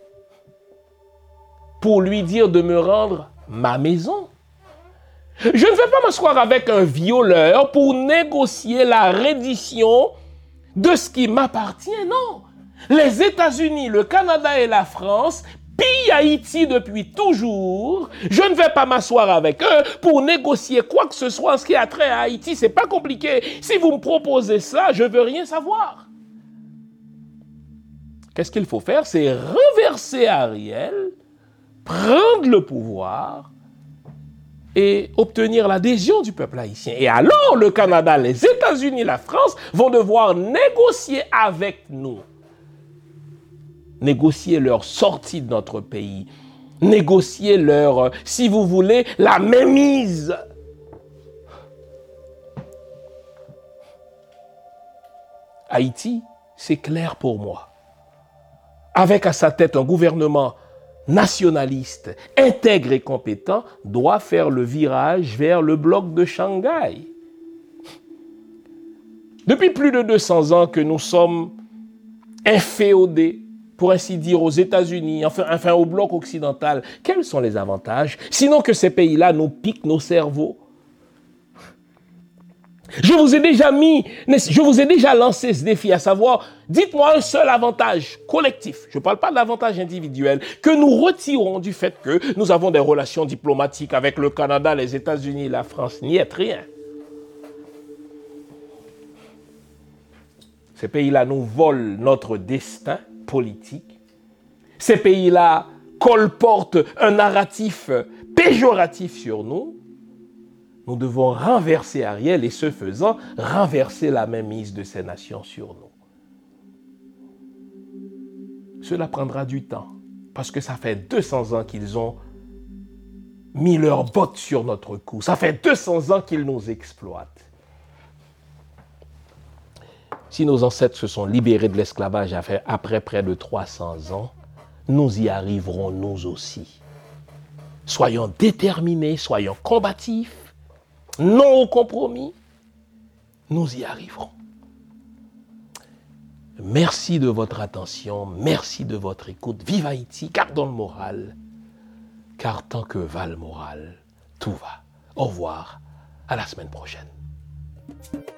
pour lui dire de me rendre ma maison. Je ne vais pas m'asseoir avec un violeur pour négocier la reddition de ce qui m'appartient. Non. Les États-Unis, le Canada et la France pillent Haïti depuis toujours. Je ne vais pas m'asseoir avec eux pour négocier quoi que ce soit en ce qui a trait à Haïti. C'est pas compliqué. Si vous me proposez ça, je veux rien savoir. Qu'est-ce qu'il faut faire? C'est renverser Ariel, prendre le pouvoir et obtenir l'adhésion du peuple haïtien. Et alors, le Canada, les États-Unis, la France vont devoir négocier avec nous. Négocier leur sortie de notre pays. Négocier leur, si vous voulez, la mainmise. Haïti, c'est clair pour moi. Avec à sa tête un gouvernement nationaliste, intègre et compétent, doit faire le virage vers le bloc de Shanghai. Depuis plus de deux cents ans que nous sommes inféodés, pour ainsi dire, aux États-Unis, enfin, enfin au bloc occidental, quels sont les avantages? Sinon que ces pays-là nous piquent nos cerveaux. Je vous ai déjà mis, je vous ai déjà lancé ce défi, à savoir, dites-moi un seul avantage collectif, je ne parle pas de l'avantage individuel, que nous retirons du fait que nous avons des relations diplomatiques avec le Canada, les États-Unis, la France, n'y est rien. Ces pays-là nous volent notre destin politique. Ces pays-là colportent un narratif péjoratif sur nous. Nous devons renverser Ariel et, ce faisant, renverser la mainmise de ces nations sur nous. Cela prendra du temps, parce que ça fait deux cents ans qu'ils ont mis leurs bottes sur notre cou. Ça fait deux cents ans qu'ils nous exploitent. Si nos ancêtres se sont libérés de l'esclavage après près de trois cents ans, nous y arriverons nous aussi. Soyons déterminés, soyons combatifs, non au compromis, nous y arriverons. Merci de votre attention, merci de votre écoute. Vive Haïti, gardons le moral, car tant que va le moral, tout va. Au revoir, à la semaine prochaine.